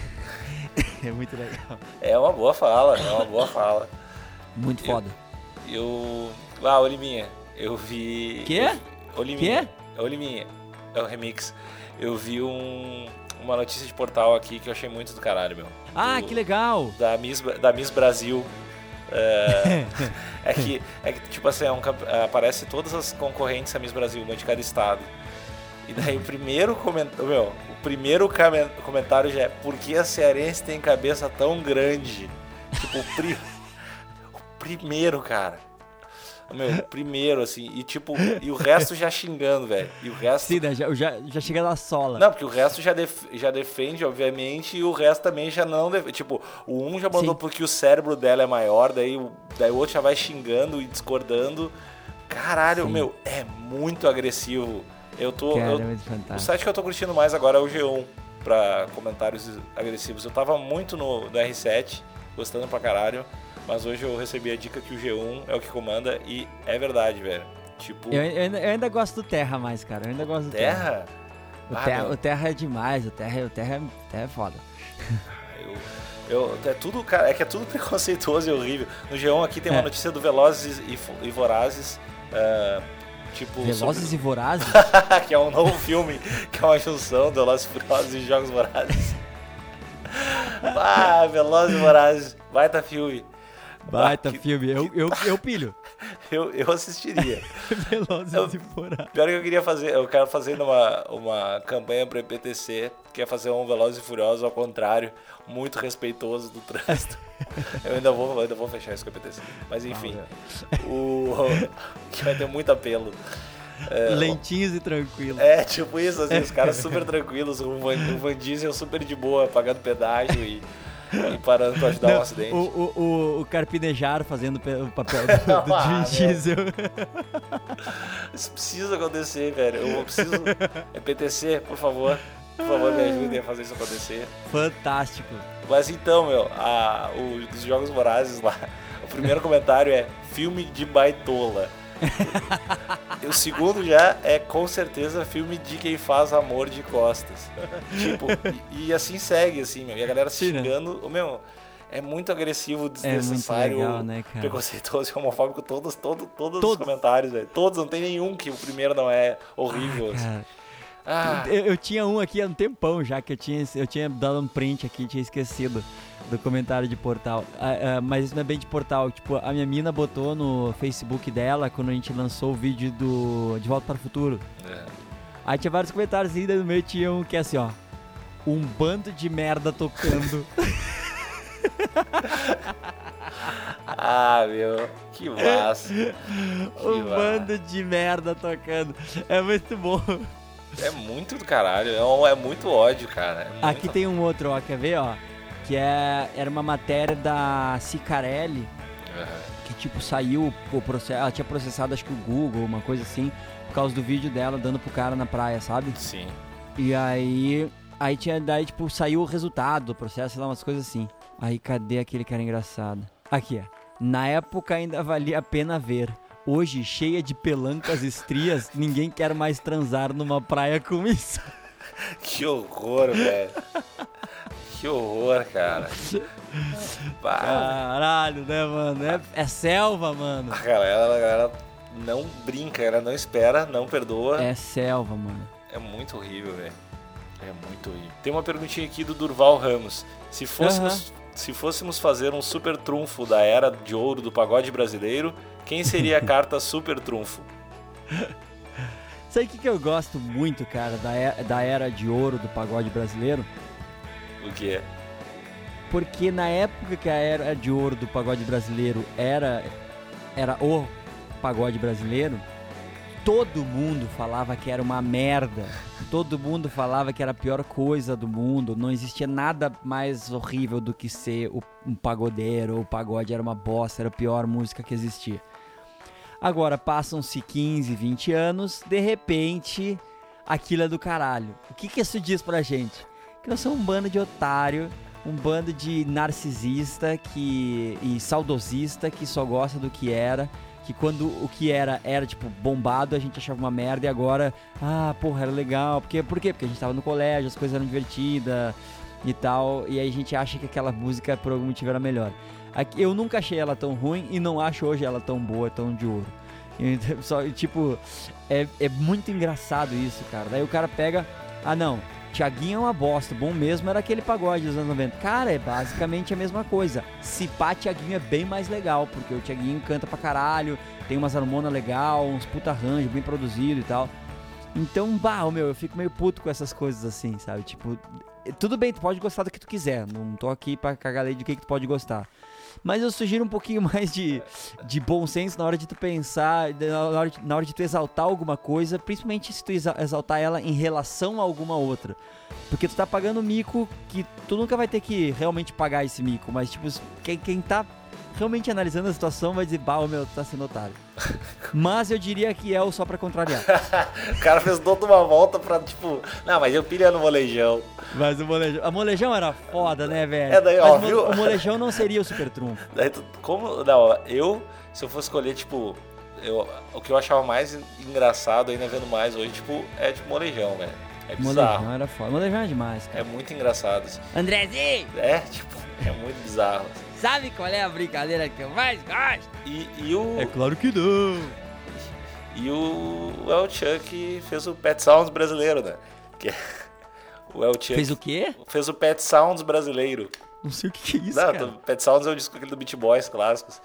É muito legal. É uma boa fala, é uma boa fala. Muito Eu- foda. Eu... Ah, Oliminha, eu vi... Quê? eu vi- Oliminha. Quê? É Oliminha. É o remix. Eu vi um... uma notícia de portal aqui que eu achei muito do caralho, meu. Ah, Do- que legal! Da Miss, da Miss Brasil. É, é que, é que, tipo assim, é um, campe- aparece todas as concorrentes a Miss Brasil, uma de cada estado. E daí o primeiro comentário, meu, o primeiro camen- comentário já é: por que a cearense tem cabeça tão grande? Tipo, o, pri- o primeiro, cara. Meu, o primeiro, assim, e tipo, e o resto já xingando, velho. E o resto. Sim, né? Já, já, já chega na sola. Não, porque o resto já, def- já defende, obviamente, e o resto também já não defende. Tipo, o um já mandou Sim. porque o cérebro dela é maior, daí o, daí o outro já vai xingando e discordando. Caralho, Sim. meu, é muito agressivo. Eu tô. Cara, eu- é muito o fantástico. site que eu tô curtindo mais agora é o G um, pra comentários agressivos. Eu tava muito no, no R sete, gostando pra caralho, mas hoje eu recebi a dica que o G um é o que comanda e é verdade, velho. Tipo, Eu, eu ainda, eu ainda gosto do Terra mais, cara. Eu ainda gosto do Terra. terra. O, Ah, terra meu. o Terra é demais. O Terra, o terra, é- o terra é foda. Eu, eu, é tudo, cara, é que é tudo preconceituoso e horrível. No G um aqui tem uma É. notícia do Velozes e, Fo- e Vorazes, ah, tipo... Velozes e Vorazes? sobre- que é um novo filme, que é uma junção de Velozes e Furiosos e Jogos Vorazes. Ah, Velozes e Vorazes, baita filme. Baita Ah, que- filme. Eu, eu, eu pilho. Eu, eu assistiria. Velozes Eu- e Vorazes. Pior que eu queria fazer, eu quero fazer uma, uma campanha para o I P T C, que é fazer um Velozes e Furiosos ao contrário, muito respeitoso do trânsito. Eu ainda vou, ainda vou fechar isso com o I P T C. Mas enfim, o que vai ter muito apelo. É, Lentinhos e tranquilos. é, tipo isso, assim, os caras super tranquilos, o Van, o Van Diesel super de boa, pagando pedágio e, e parando pra ajudar Não, um acidente. o, o, o, o Carpinejar fazendo pe- o papel do, do Ah, Vin Diesel. Isso precisa acontecer, velho. Eu preciso. I P T C, por favor. Por favor, me ajudem a fazer isso acontecer. Fantástico. Mas então, meu, a, o, dos Jogos Vorazes lá, o primeiro comentário é filme de baitola. E o segundo já é com certeza filme de quem faz amor de costas. Tipo, e, e assim segue, assim, meu. E a galera se Sim, né? xingando. Meu, é muito agressivo, É muito desnecessário, legal, né, cara? preconceituoso e homofóbico, todos, todos, todos, Todos. os comentários, velho. Todos, não tem nenhum que o primeiro não é horrível. Ah, assim. cara. Ah, Eu, eu tinha um aqui há um tempão já, que eu tinha, eu tinha dado um print aqui, tinha esquecido do comentário de portal. Ah, ah, mas isso não é bem de portal. Tipo, a minha mina botou no Facebook dela quando a gente lançou o vídeo do De Volta para o Futuro. é. Aí tinha vários comentários e daí no meio tinha um que é assim, ó. Um bando de merda tocando. Ah, meu, que massa. Que um massa. bando de merda tocando. É muito bom. É muito do caralho, é, um- é muito ódio, cara. É muito... Aqui tem um outro, ó, quer ver, ó? Que é, era uma matéria da Cicarelli, Aham. que tipo saiu o processo, ela tinha processado acho que o Google, uma coisa assim, por causa do vídeo dela dando pro cara na praia, sabe? Sim. E aí, aí tinha, daí tipo saiu o resultado do processo, sei lá, umas coisas assim. Aí cadê aquele cara engraçado? Aqui, ó. Na época ainda valia a pena ver. Hoje, cheia de pelancas e estrias, ninguém quer mais transar numa praia com isso. Que horror, velho. Que horror, cara. Bah, Caralho, né, mano? É, é selva, mano. a galera, a galera não brinca, ela não espera, não perdoa. É selva, mano. É muito horrível, velho. É muito horrível. Tem uma perguntinha aqui do Durval Ramos. Se fôssemos, se fôssemos fazer um super trunfo da era de ouro do pagode brasileiro, quem seria a carta super trunfo? Sabe o que, que eu gosto muito, cara, da, e- da era de ouro do pagode brasileiro? O que é? Porque na época que a era de ouro do pagode brasileiro era, era o pagode brasileiro, todo mundo falava que era uma merda. Todo mundo falava que era a pior coisa do mundo. Não existia nada mais horrível do que ser o- um pagodeiro. O pagode era uma bosta, era a pior música que existia. Agora, passam-se quinze, vinte anos, de repente, aquilo é do caralho. O que que isso diz pra gente? Que nós somos um bando de otário, um bando de narcisista que, e saudosista que só gosta do que era, que quando o que era, era tipo bombado, a gente achava uma merda e agora, ah, porra, era legal. Porque, por quê? Porque a gente tava no colégio, as coisas eram divertidas e tal, e aí a gente acha que aquela música por algum motivo era melhor. Aqui, eu nunca achei ela tão ruim e não acho hoje ela tão boa, tão de ouro. Então, só, tipo, é, é muito engraçado isso, cara. Daí o cara pega, ah não, Thiaguinho é uma bosta, bom mesmo era aquele pagode dos anos noventa. Cara, é basicamente a mesma coisa. Se pá, Thiaguinho é bem mais legal, porque o Thiaguinho canta pra caralho, tem umas harmonas legal, uns puta arranjo bem produzido e tal. Então, bah, meu, eu fico meio puto com essas coisas assim, sabe? Tipo, tudo bem, tu pode gostar do que tu quiser, não tô aqui pra cagar lei de que, que tu pode gostar. Mas eu sugiro um pouquinho mais de, de bom senso na hora de tu pensar, na hora de, na hora de tu exaltar alguma coisa, principalmente se tu exa- exaltar ela em relação a alguma outra. Porque tu tá pagando mico que tu nunca vai ter que realmente pagar esse mico, mas tipo, quem, quem tá realmente analisando a situação vai dizer, bah, ô, meu, tu tá sendo otário. Mas eu diria que é o só pra contrariar. O cara fez toda uma volta pra, tipo... Não, mas eu pilha no molejão. Mas o molejão, a molejão era foda, né, velho? É, daí, Mas ó, o mo- viu? o molejão não seria o super trunfo. Daí tu, como... Não, eu, se eu fosse escolher, tipo... Eu, o que eu achava mais engraçado, ainda vendo mais hoje, tipo, é tipo molejão, velho. É bizarro. Molejão era foda. Molejão é demais, cara. É muito engraçado, assim. Andrezinho, É, tipo, é muito bizarro. assim. sabe qual é a brincadeira que eu mais gosto? E, e o... É claro que não. E o El Chan que fez o Pet Sounds brasileiro, né? Que é- o El Chan Fez o quê? fez o Pet Sounds brasileiro. Não sei o que é isso, Não, cara. o Pet Sounds é o disco aquele do Beach Boys clássicos.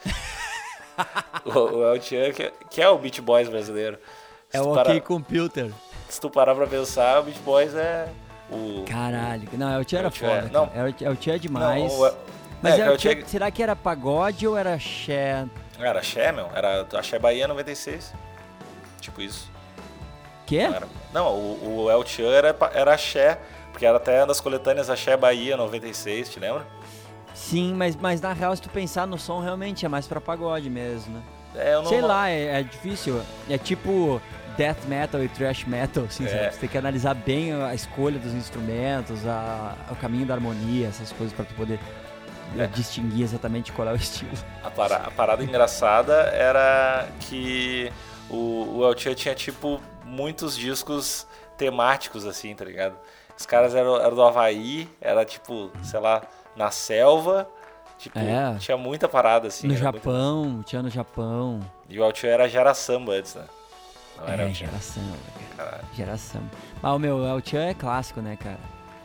o, o El Chan que, é- que é o Beach Boys brasileiro. Se É tu o parar- OK Computer. Se tu parar pra pensar, o Beach Boys é o... Caralho. Não, El Chan era El Chan, foda, não. cara. El Chan é demais. Não, o- Mas é, El El Chan, Chan- será que era pagode ou era axé? Era Axé, meu? Era Axé Bahia noventa e seis. Tipo isso. Quê? Não, era- não, o, o El Chan era, era Axé, porque era até das coletâneas Axé Bahia noventa e seis, te lembra? Sim, mas, mas na real, se tu pensar no som, realmente é mais pra pagode mesmo, né? É, eu não, Sei lá, é, é difícil. É tipo death metal e thrash metal, assim, É. sabe? Você tem que analisar bem a escolha dos instrumentos, a, o caminho da harmonia, essas coisas pra tu poder É. distinguir exatamente qual é o estilo. A, para, a parada engraçada era que o, o El Chan tinha, tipo, muitos discos temáticos, assim, tá ligado? Os caras eram, eram do Havaí, era, tipo, sei lá, na selva, Tipo, É. tinha muita parada, assim. No era muito massa. Japão, tinha no Japão. E o Altian era Jaraçamba antes, né? Não era É, Altian. geração. Caralho. Geração. Mas o meu, o El Chan é clássico, né, cara?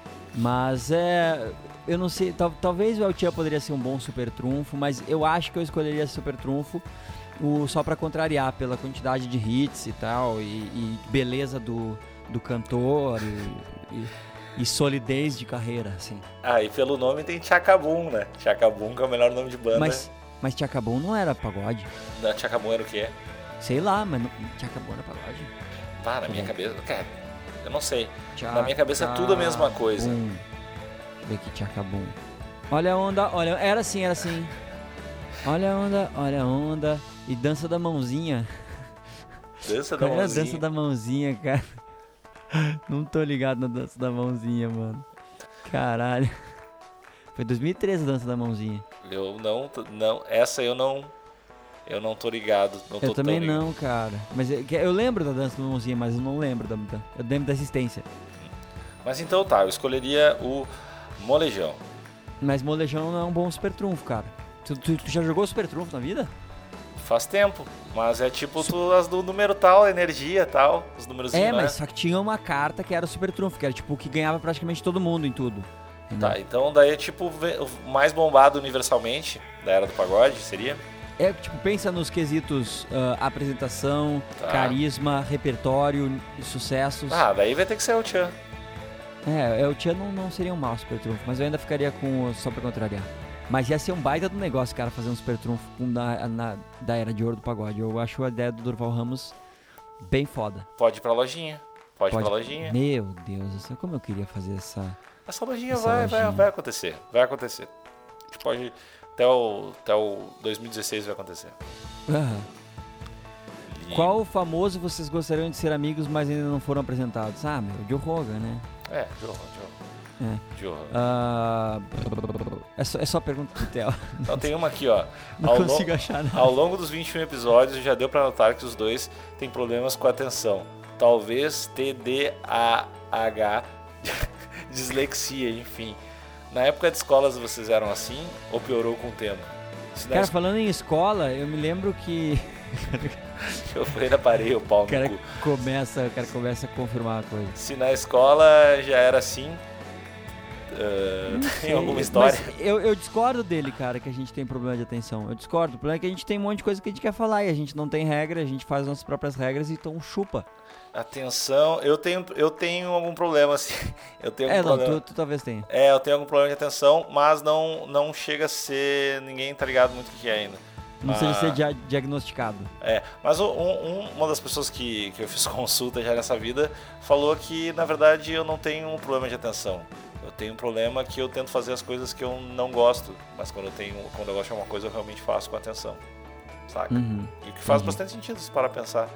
Mas é. Eu não sei, tal, talvez o El Chan poderia ser um bom super trunfo, mas eu acho que eu escolheria super trunfo o, só pra contrariar, pela quantidade de hits e tal, e, e beleza do, do cantor e, e, e solidez de carreira, assim. Ah, e pelo nome tem Chacabum, né? Chacabum que é o melhor nome de banda. Mas, mas Chacabum não era pagode? Da Chacabum era o quê? Sei lá, mas não, Chacabum era pagode? Ah, na minha Uhum. cabeça. Cara, eu não sei. Chacabum. Na minha cabeça é tudo a mesma coisa. Deixa eu ver aqui, Chacabum. Olha a onda, olha. Era assim, era assim. Olha a onda, olha a onda. E dança da mãozinha. Dança da Qual é a mãozinha. dança da mãozinha, cara? Não tô ligado na dança da mãozinha, mano. Caralho. Foi dois mil e treze a dança da mãozinha. Eu não, não. Essa eu não. Eu não tô ligado. Não tô Eu também tão ligado. não, cara. Mas eu, eu lembro da dança da mãozinha, mas eu não lembro da, da. Eu lembro da assistência. Mas então tá, eu escolheria o Molejão. Mas molejão não é um bom super trunfo, cara. Tu, tu, tu já jogou super trunfo na vida? Faz tempo, mas é tipo tu, as do número tal, energia tal, os números. É, mas só que tinha uma carta que era o super trunfo, que era tipo o que ganhava praticamente todo mundo em tudo. Entendeu? Tá, então daí é tipo o mais bombado universalmente da era do pagode, seria? É, tipo, pensa nos quesitos ah, apresentação, Tá. carisma, repertório, sucessos. Ah, daí vai ter que ser o Tchan. É, é, o Tchan não, não seria um mau super trunfo, mas eu ainda ficaria com o só pra contrariar. Mas ia ser um baita do negócio, cara, fazer um super trunfo com da, na, da era de ouro do pagode. Eu acho a ideia do Durval Ramos bem foda. Pode ir pra lojinha. Pode, ir pra lojinha. Meu Deus, eu sei como eu queria fazer essa... Essa lojinha Essa vai, lojinha. vai, vai acontecer. Vai acontecer. A gente pode. Até o, até o dois mil e dezesseis vai acontecer. Aham. E- Qual famoso vocês gostariam de ser amigos, mas ainda não foram apresentados? Ah, meu, Joe Rogan, né? É, Joe, Joe. É. Joe. Ah, é, só, é só pergunta do Theo. Então tem uma aqui, ó. Não Ao, consigo lo- achar nada. ao longo dos vinte e um episódios já deu pra notar que os dois têm problemas com a atenção. Talvez T D A H, dislexia, enfim. Na época de escolas vocês eram assim ou piorou com o tempo? Se na Cara, es- falando em escola, eu me lembro que eu ainda parei o pau o no cara cu. começa, o cara começa a confirmar a coisa. Se na escola já era assim, ah, tem Sei, alguma história? Mas eu, eu discordo dele, cara, que a gente tem problema de atenção. Eu discordo. O problema é que a gente tem um monte de coisa que a gente quer falar e a gente não tem regra, a gente faz as nossas próprias regras e então chupa. Atenção, eu tenho, eu tenho algum problema assim. Eu tenho algum É, não, problema. tu, tu talvez tenha. É, eu tenho algum problema de atenção, mas não, não chega a ser. Ninguém tá ligado muito o que é ainda. Não Ah. precisa ser dia- diagnosticado. É, mas o- um- um- uma das pessoas que, que eu fiz consulta já nessa vida falou que, na verdade, eu não tenho um problema de atenção. Eu tenho um problema que eu tento fazer as coisas que eu não gosto, mas quando eu, tenho, quando eu gosto de alguma coisa, eu realmente faço com atenção. Saca? Uhum. E o que faz Entendi. bastante sentido se parar pra pensar.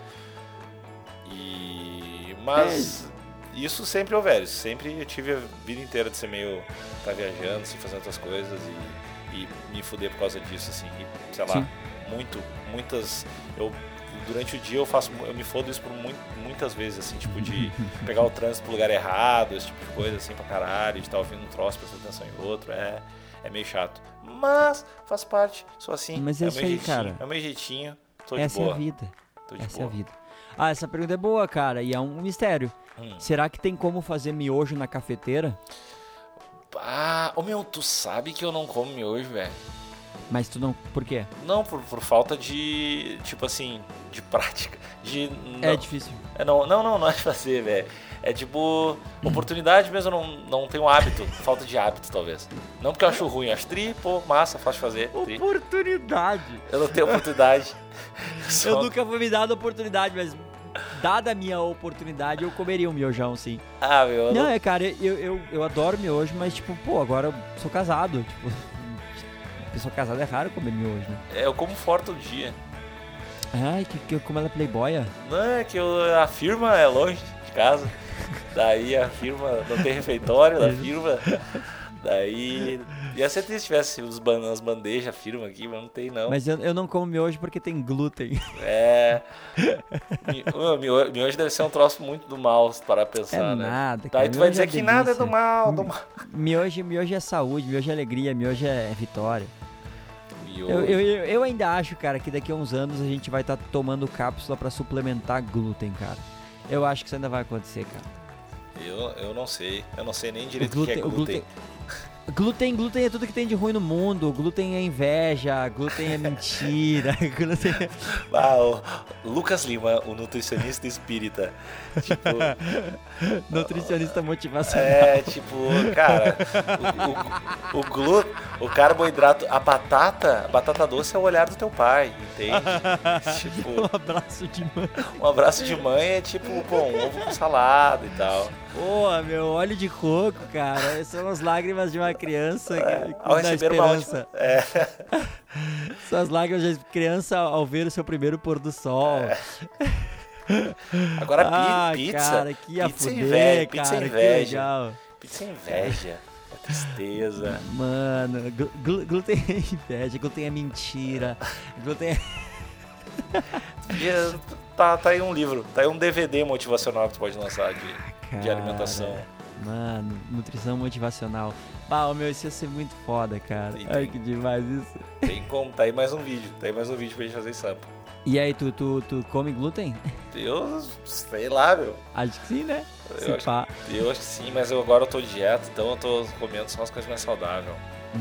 E... Mas isso sempre houver. Isso sempre eu tive a vida inteira de ser meio... Tá viajando, assim, fazendo outras coisas e, e me fuder por causa disso, assim. E, sei lá, Sim. muito, muitas... Eu, durante o dia eu faço... Eu me fodo isso por muito, muitas vezes, assim, tipo de pegar o trânsito pro lugar errado, esse tipo de coisa, assim, pra caralho, de estar ouvindo um troço, prestando atenção em outro, é... É meio chato. Mas faz parte, sou assim. Mas é o isso meu aí, jeitinho, cara. É o meu jeitinho, tô Essa de boa. é a vida. Tô de Essa boa. é a vida. Ah, essa pergunta é boa, cara, e é um mistério. Hum. Será que tem como fazer miojo na cafeteira? Ah, ô meu, tu sabe que eu não como miojo, velho? Mas tu não... Por quê? Não, por, por falta de, tipo assim, de prática. De, É não, difícil. é, não, não, não, não é de fazer, velho. É tipo, oportunidade mesmo, eu não, não tenho hábito. Falta de hábito, talvez. Não porque eu acho ruim, eu acho tri, pô, massa, fácil de fazer. Tri. Oportunidade. Eu não tenho oportunidade. Eu Só- nunca fui me dado oportunidade, mas dada a minha oportunidade, eu comeria um miojão, sim. Ah, meu, eu Não, não... é, cara, eu, eu, eu adoro miojo, mas, tipo, pô, agora eu sou casado. Tipo, pessoa casada é raro comer miojo, né? É, eu como fora todo dia. Ai, que, que como ela é playboya. Não, é que eu, a firma é longe de casa. Daí a firma não tem refeitório da firma. Daí. Ia ser triste se tivesse os ban as bandejas, firma aqui, mas não tem não. Mas eu, eu não como miojo porque tem glúten. É. Mi- ô, mio- Miojo deve ser um troço muito do mal, se parar pra É pensar, né? nada, cara. Daí tu vai Miojo dizer é que nada é do delícia. mal, do mal. Miojo, miojo é saúde, miojo é alegria, miojo é vitória. E o... Eu, eu, eu, eu ainda acho, cara, que daqui a uns anos a gente vai estar tá tomando cápsula pra suplementar glúten, cara. Eu acho que isso ainda vai acontecer, cara. Eu, eu não sei. Eu não sei nem direito o o que é glúten. glúten. Glúten, glúten é tudo que tem de ruim no mundo. Glúten é inveja, glúten é mentira. glúten é... Ah, o Lucas Lima, o nutricionista espírita. Tipo... nutricionista motivacional. É, tipo, cara, o, o, o glúten, o carboidrato, a batata, a batata doce é o olhar do teu pai, entende? Tipo, um abraço de mãe. Um abraço de mãe é tipo, pô, um ovo com salada e tal. Pô, meu, óleo de coco, cara, são as lágrimas de uma criança é, com da esperança. Uma é. São as lágrimas de criança ao ver o seu primeiro pôr do sol. É. Agora ah, pizza, cara, que ia pizza fuder, inveja, cara, pizza inveja, que legal. Pizza inveja, é tristeza. Mano, gl glúten é inveja, glúten é mentira, glúten é... tá, tá aí um livro, tá aí um D V D motivacional que tu pode lançar de, cara, de alimentação. Mano, nutrição motivacional. Ah, meu, isso ia ser muito foda, cara. Tem, Ai, tem, que demais isso. Tem como, tá aí mais um vídeo, tá aí mais um vídeo pra gente fazer sampa. E aí, tu, tu, tu come glúten? Eu sei lá, meu. Acho que sim, né? Eu acho, eu acho que sim, mas eu, agora eu tô de dieta, então eu tô comendo só as coisas mais saudáveis.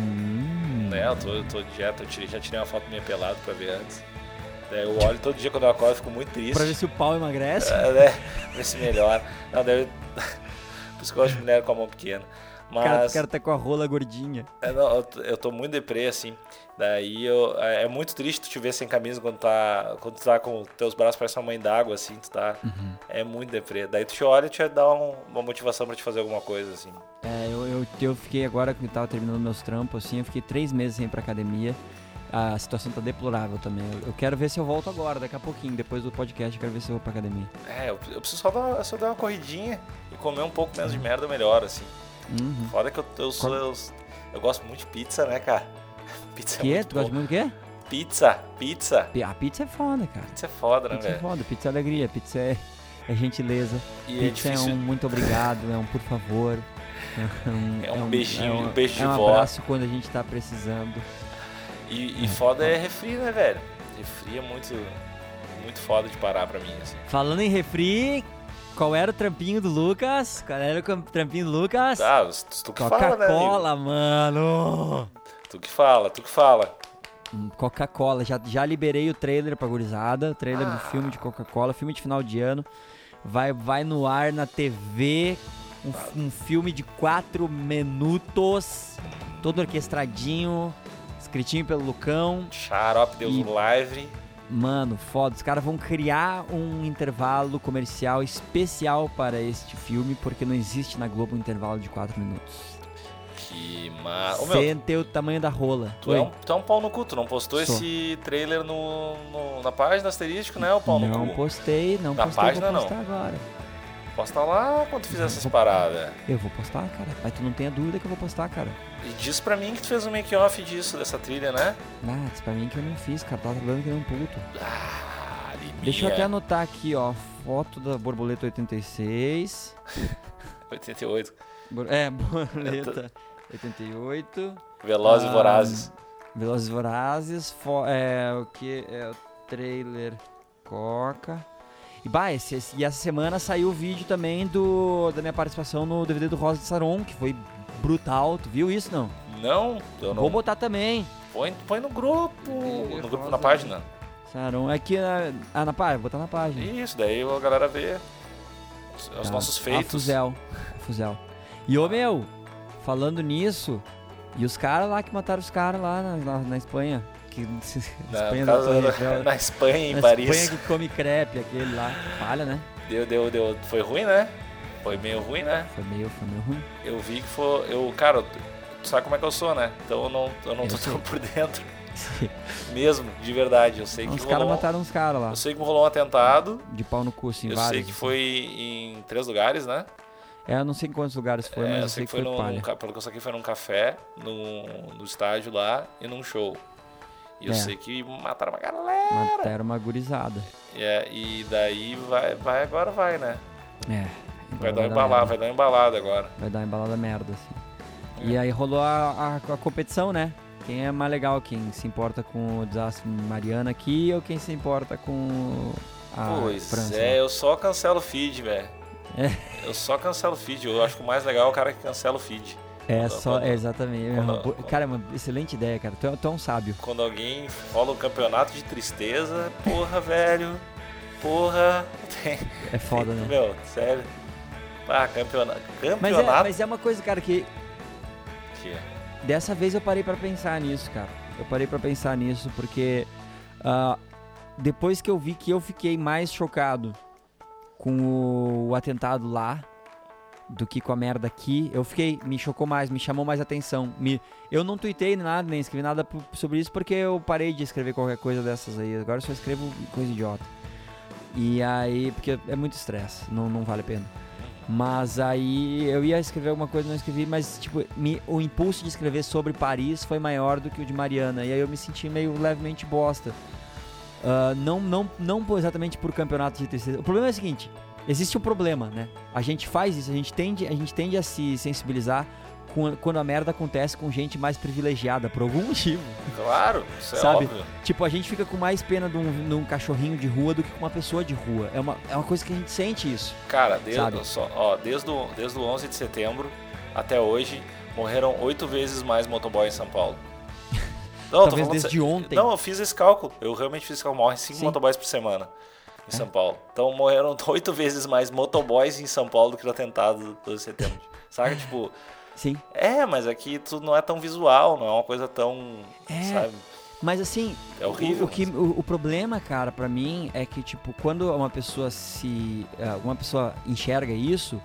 Hum. Né, eu tô, eu tô de dieta, eu tirei, já tirei uma foto minha pelada pra ver antes. Daí eu olho todo dia quando eu acordo, fico muito triste. Pra ver se o pau emagrece? É, né? Ver se melhora. Não, deve... Por isso que eu gosto de mulher com a mão pequena. Mas... O cara, o cara tá com a rola gordinha. É, não, eu, eu tô muito deprê, assim. Daí eu, é muito triste tu te ver sem camisa quando, tá, quando tu tá com teus braços parecem uma mãe d'água, assim, tu tá... Uhum. É muito deprê. Daí tu te olha e te dá um, uma motivação pra te fazer alguma coisa, assim. É, eu, eu, eu fiquei agora que eu tava terminando meus trampos, assim, eu fiquei três meses sem ir pra academia. A situação tá deplorável também. Eu, eu quero ver se eu volto agora, daqui a pouquinho, depois do podcast, eu quero ver se eu vou pra academia. É, eu, eu preciso só dar, só dar uma corridinha e comer um pouco menos de merda melhor, assim. Uhum. Foda que eu, eu sou... Eu, eu gosto muito de pizza, né, cara? Pizza que? é muito Tu gosta muito do quê? Pizza, pizza. A pizza é foda, cara. Pizza é foda, né, velho? Pizza é foda, pizza é alegria, pizza é, é gentileza. E pizza é, é um muito obrigado, é um por favor. É um, é um beijinho, é um, um beijo de é um vó. abraço quando a gente tá precisando. E, e foda é refri, né, velho? Refri é muito, muito foda de parar pra mim, assim. Falando em refri, qual era o trampinho do Lucas? Qual era o trampinho do Lucas? Ah, tu que fala, né, Coca-Cola, mano. Tu que fala, tu que fala. Coca-Cola, já, já liberei o trailer pra gurizada, o trailer ah. do filme de Coca-Cola, filme de final de ano. Vai, vai no ar na T V, um, um filme de quatro minutos, todo orquestradinho, escritinho pelo Lucão. Xarope, Deus o livre. Mano, foda, os caras vão criar um intervalo comercial especial para este filme, porque não existe na Globo um intervalo de quatro minutos. Que massa. Sem ter o tamanho da rola. Tu é, um, tu é um pau no cu, tu não postou Sou. esse trailer no, no, na página asterístico, né? O pau não no cu. Não postei, não na postei, página, vou postar não. agora. Posta lá quando tu fizer essas paradas. Eu vou postar, cara. Mas tu não tenha dúvida que eu vou postar, cara. E diz pra mim que tu fez um make-off disso, dessa trilha, né? Ah, diz pra mim que eu não fiz, cara. Tava trabalhando que nem um puto. Ah, Deixa eu até anotar aqui, ó. Foto da borboleta oitenta e seis. oitenta e oito. É, borboleta oitenta e oito. Velozes e ah, Vorazes. Velozes e Vorazes. É o que? É o trailer Coca. E, bah, esse, esse, e essa semana saiu o vídeo também do, da minha participação no D V D do Rosa de Saron, que foi brutal. Tu viu isso, não? Não, eu não. Vou botar também. Põe, põe no grupo. No grupo, na página. Saron, é que na, ah, na página, vou botar na página. Isso, daí a galera vê os, os tá. nossos feitos. A Fuzel, a Fuzel. E, ô, meu, falando nisso, e os caras lá que mataram os caras lá na, na, na Espanha? Que, na, Espanha na, na Espanha, em na Paris. Na Espanha que come crepe, aquele lá. Falha, né? Deu, deu, deu. Foi ruim, né? Foi meio ruim, né? Foi meio, foi meio ruim. Eu vi que foi... Eu, cara, tu sabe como é que eu sou, né? Então eu não, eu não eu tô sei. tão por dentro. Mesmo, de verdade. Eu sei não, que os caras mataram uns caras lá. Eu sei que rolou um atentado. De pau no cu, assim, eu vários. Eu sei que foi em três lugares, né? É, eu não sei em quantos lugares foi, é, mas eu sei que foi, foi palha. Num, pelo que eu sei que foi num café, no, no estádio lá e num show. E eu é. sei que mataram uma galera. Mataram uma gurizada. É, e daí vai, vai agora vai, né? É. Vai dar, embalar, vai dar uma embalada agora. Vai dar uma embalada merda, assim. É. E aí rolou a, a, a competição, né? Quem é mais legal? Quem se importa com o desastre Mariana aqui ou quem se importa com a Pois França? é, eu só cancelo o feed, velho. É. Eu só cancelo o feed. Eu acho que o mais legal é o cara que cancela o feed. É, Quando- só, quando- é exatamente. quando- é uma, bo- cara, é uma excelente ideia, cara. Tu é, tu é um sábio. Quando alguém rola um campeonato de tristeza, porra, velho. Porra. Tem... É foda, né? Meu, sério. Ah, campeonato. Mas é, Campeonato. mas é uma coisa, cara, que Que é? dessa vez eu parei pra pensar nisso, cara. Eu parei pra pensar nisso porque ah, depois que eu vi que eu fiquei mais chocado com o, o atentado lá do que com a merda aqui, eu fiquei, me chocou mais, me chamou mais atenção. Me, eu não tuitei nada, nem escrevi nada pro- sobre isso porque eu parei de escrever qualquer coisa dessas aí. Agora eu só escrevo coisa idiota. E aí, porque é muito estresse, não, não vale a pena. Mas aí eu ia escrever alguma coisa, não escrevi, mas tipo, me, o impulso de escrever sobre Paris foi maior do que o de Mariana. E aí eu me senti meio levemente bosta. Ah, não, não, não por- exatamente por campeonato de tristeza. O problema é o seguinte, existe um problema, né? A gente faz isso, a gente tende, a gente tende a se sensibilizar com- quando a merda acontece com gente mais privilegiada, por algum motivo. Claro, isso é Sabe? óbvio. Tipo, a gente fica com mais pena de um, de um cachorrinho de rua do que com uma pessoa de rua. É uma, é uma coisa que a gente sente isso. Cara, desde, Sabe? só, ó, desde, o, desde o onze de setembro até hoje, morreram oito vezes mais motoboys em São Paulo. Não, eu tô Talvez falando desde sé- ontem. Não, eu fiz esse cálculo. Eu realmente fiz esse cálculo. Morrem cinco Sim. motoboys por semana em É. São Paulo. Então morreram oito vezes mais motoboys em São Paulo do que no atentado do doze de setembro. Saca? Tipo, Sim. é, mas aqui tudo não é tão visual, não é uma coisa tão. É. Sabe? Mas assim, É horrível, o, o, que, mas- o, o problema, cara, pra mim é que, tipo, quando uma pessoa se. eh, uma pessoa enxerga isso,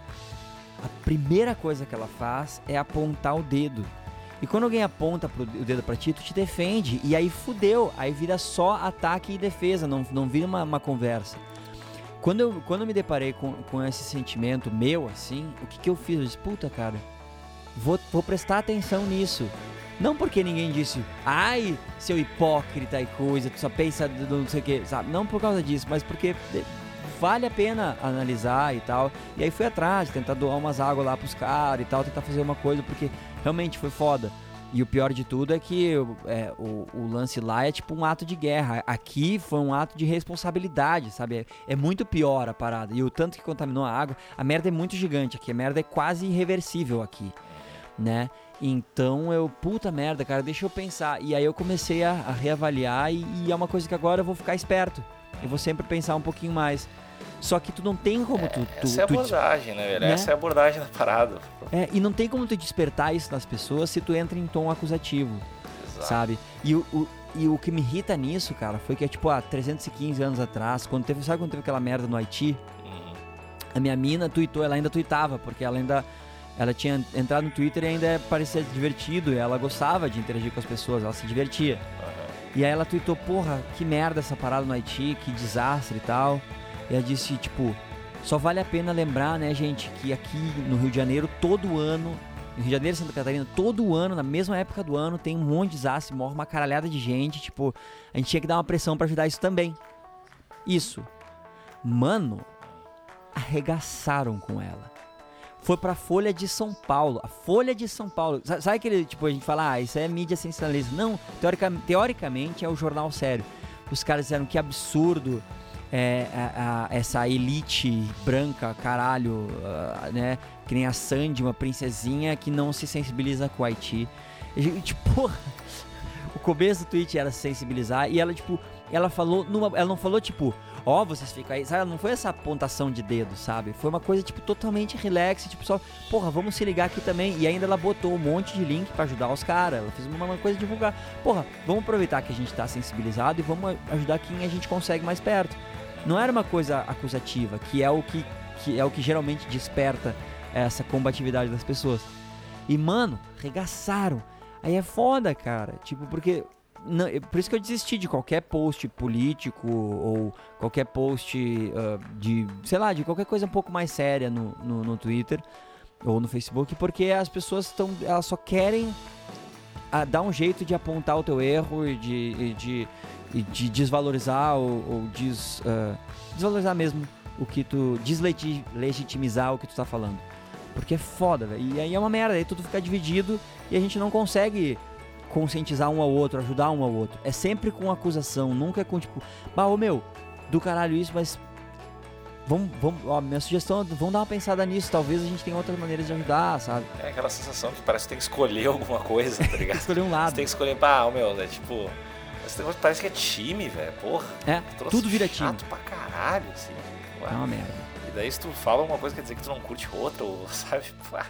a primeira coisa que ela faz é apontar o dedo. E quando alguém aponta pro, o dedo pra ti, tu te defende. E aí fudeu. Aí vira só ataque e defesa, não, não vira uma, uma conversa. Quando eu, quando eu me deparei com, com esse sentimento meu, assim, o que, que eu fiz? Eu disse, puta, cara, vou, vou prestar atenção nisso. Não porque ninguém disse, ai, seu hipócrita e coisa, tu só pensa do não sei o que, sabe? Não por causa disso, mas porque de- vale a pena analisar e tal. E aí fui atrás, tentar doar umas águas lá pros caras e tal, tentar fazer uma coisa, porque realmente foi foda. E o pior de tudo é que é, o, o lance lá é tipo um ato de guerra. Aqui foi um ato de responsabilidade, sabe? É, é muito pior a parada. E o tanto que contaminou a água, a merda é muito gigante aqui. A merda é quase irreversível aqui, né? Então eu, puta merda, cara, deixa eu pensar. E aí eu comecei a, a reavaliar e, e é uma coisa que agora eu vou ficar esperto. Eu vou sempre pensar um pouquinho mais. Só que tu não tem como tu... tu, Essa é a tu abordagem, né, velho? né? Essa é a abordagem da parada. é, e não tem como tu despertar isso nas pessoas se tu entra em tom acusativo, Exato. sabe? E o, o, e o que me irrita nisso, cara, foi que, tipo, há trezentos e quinze anos atrás, quando teve, sabe quando teve aquela merda no Haiti? Uhum. A minha mina tweetou, ela ainda tweetava, porque ela ainda... Ela tinha entrado no Twitter e ainda parecia divertido, e ela gostava de interagir com as pessoas, ela se divertia. Uhum. E aí ela tweetou, porra, que merda essa parada no Haiti, que desastre e tal. E ela disse, tipo, só vale a pena lembrar, né, gente, que aqui no Rio de Janeiro, todo ano, no Rio de Janeiro e Santa Catarina, todo ano, na mesma época do ano, tem um monte de desastre, morre uma caralhada de gente, tipo, a gente tinha que dar uma pressão pra ajudar isso também. Isso. Mano, arregaçaram com ela. Foi pra Folha de São Paulo. A Folha de São Paulo. Sa- Sabe aquele, tipo, a gente fala, ah, isso é mídia sensacionalista. Não, teorica, teoricamente é o jornal sério. Os caras disseram que absurdo é, a- a- essa elite branca, caralho, ah, né? Que nem a Sandy, uma princesinha que não se sensibiliza com o Haiti. E, tipo, porra, o começo do tweet era se sensibilizar e ela, tipo, ela falou, numa, ela não falou, tipo, ó, oh, vocês ficam aí, sabe? Não foi essa apontação de dedo, sabe? Foi uma coisa, tipo, totalmente relax, tipo, só, porra, vamos se ligar aqui também. E ainda ela botou um monte de link pra ajudar os caras, ela fez uma, uma coisa de divulgar. Porra, vamos aproveitar que a gente tá sensibilizado e vamos ajudar quem a gente consegue mais perto. Não era uma coisa acusativa, que é o que, que, é o que geralmente desperta essa combatividade das pessoas. E, mano, regaçaram. Aí é foda, cara, tipo, porque... Não, por isso que eu desisti de qualquer post político ou qualquer post uh, de, sei lá, de qualquer coisa um pouco mais séria no, no, no Twitter ou no Facebook, porque as pessoas estão, elas só querem uh, dar um jeito de apontar o teu erro e de, e de, e de desvalorizar ou, ou des, uh, desvalorizar mesmo o que tu, deslegitimizar o que tu tá falando, porque é foda, velho, e aí é uma merda, aí tudo fica dividido e a gente não consegue conscientizar um ao outro, ajudar um ao outro. É sempre com acusação, nunca é com tipo, bah, ô meu, do caralho isso, mas vamos, vamos, ó, minha sugestão, vamos dar uma pensada nisso, talvez a gente tenha outras maneiras de ajudar, sabe? É aquela sensação que parece que tem que escolher alguma coisa, tá ligado? Tem que escolher um lado. Você tem que escolher, pá, ô meu, é tipo, esse negócio parece que é time, velho, porra. É, tudo vira time. Chato pra caralho, assim. Ué. É uma merda. E daí se tu fala uma coisa, quer dizer que tu não curte outra, ou, sabe?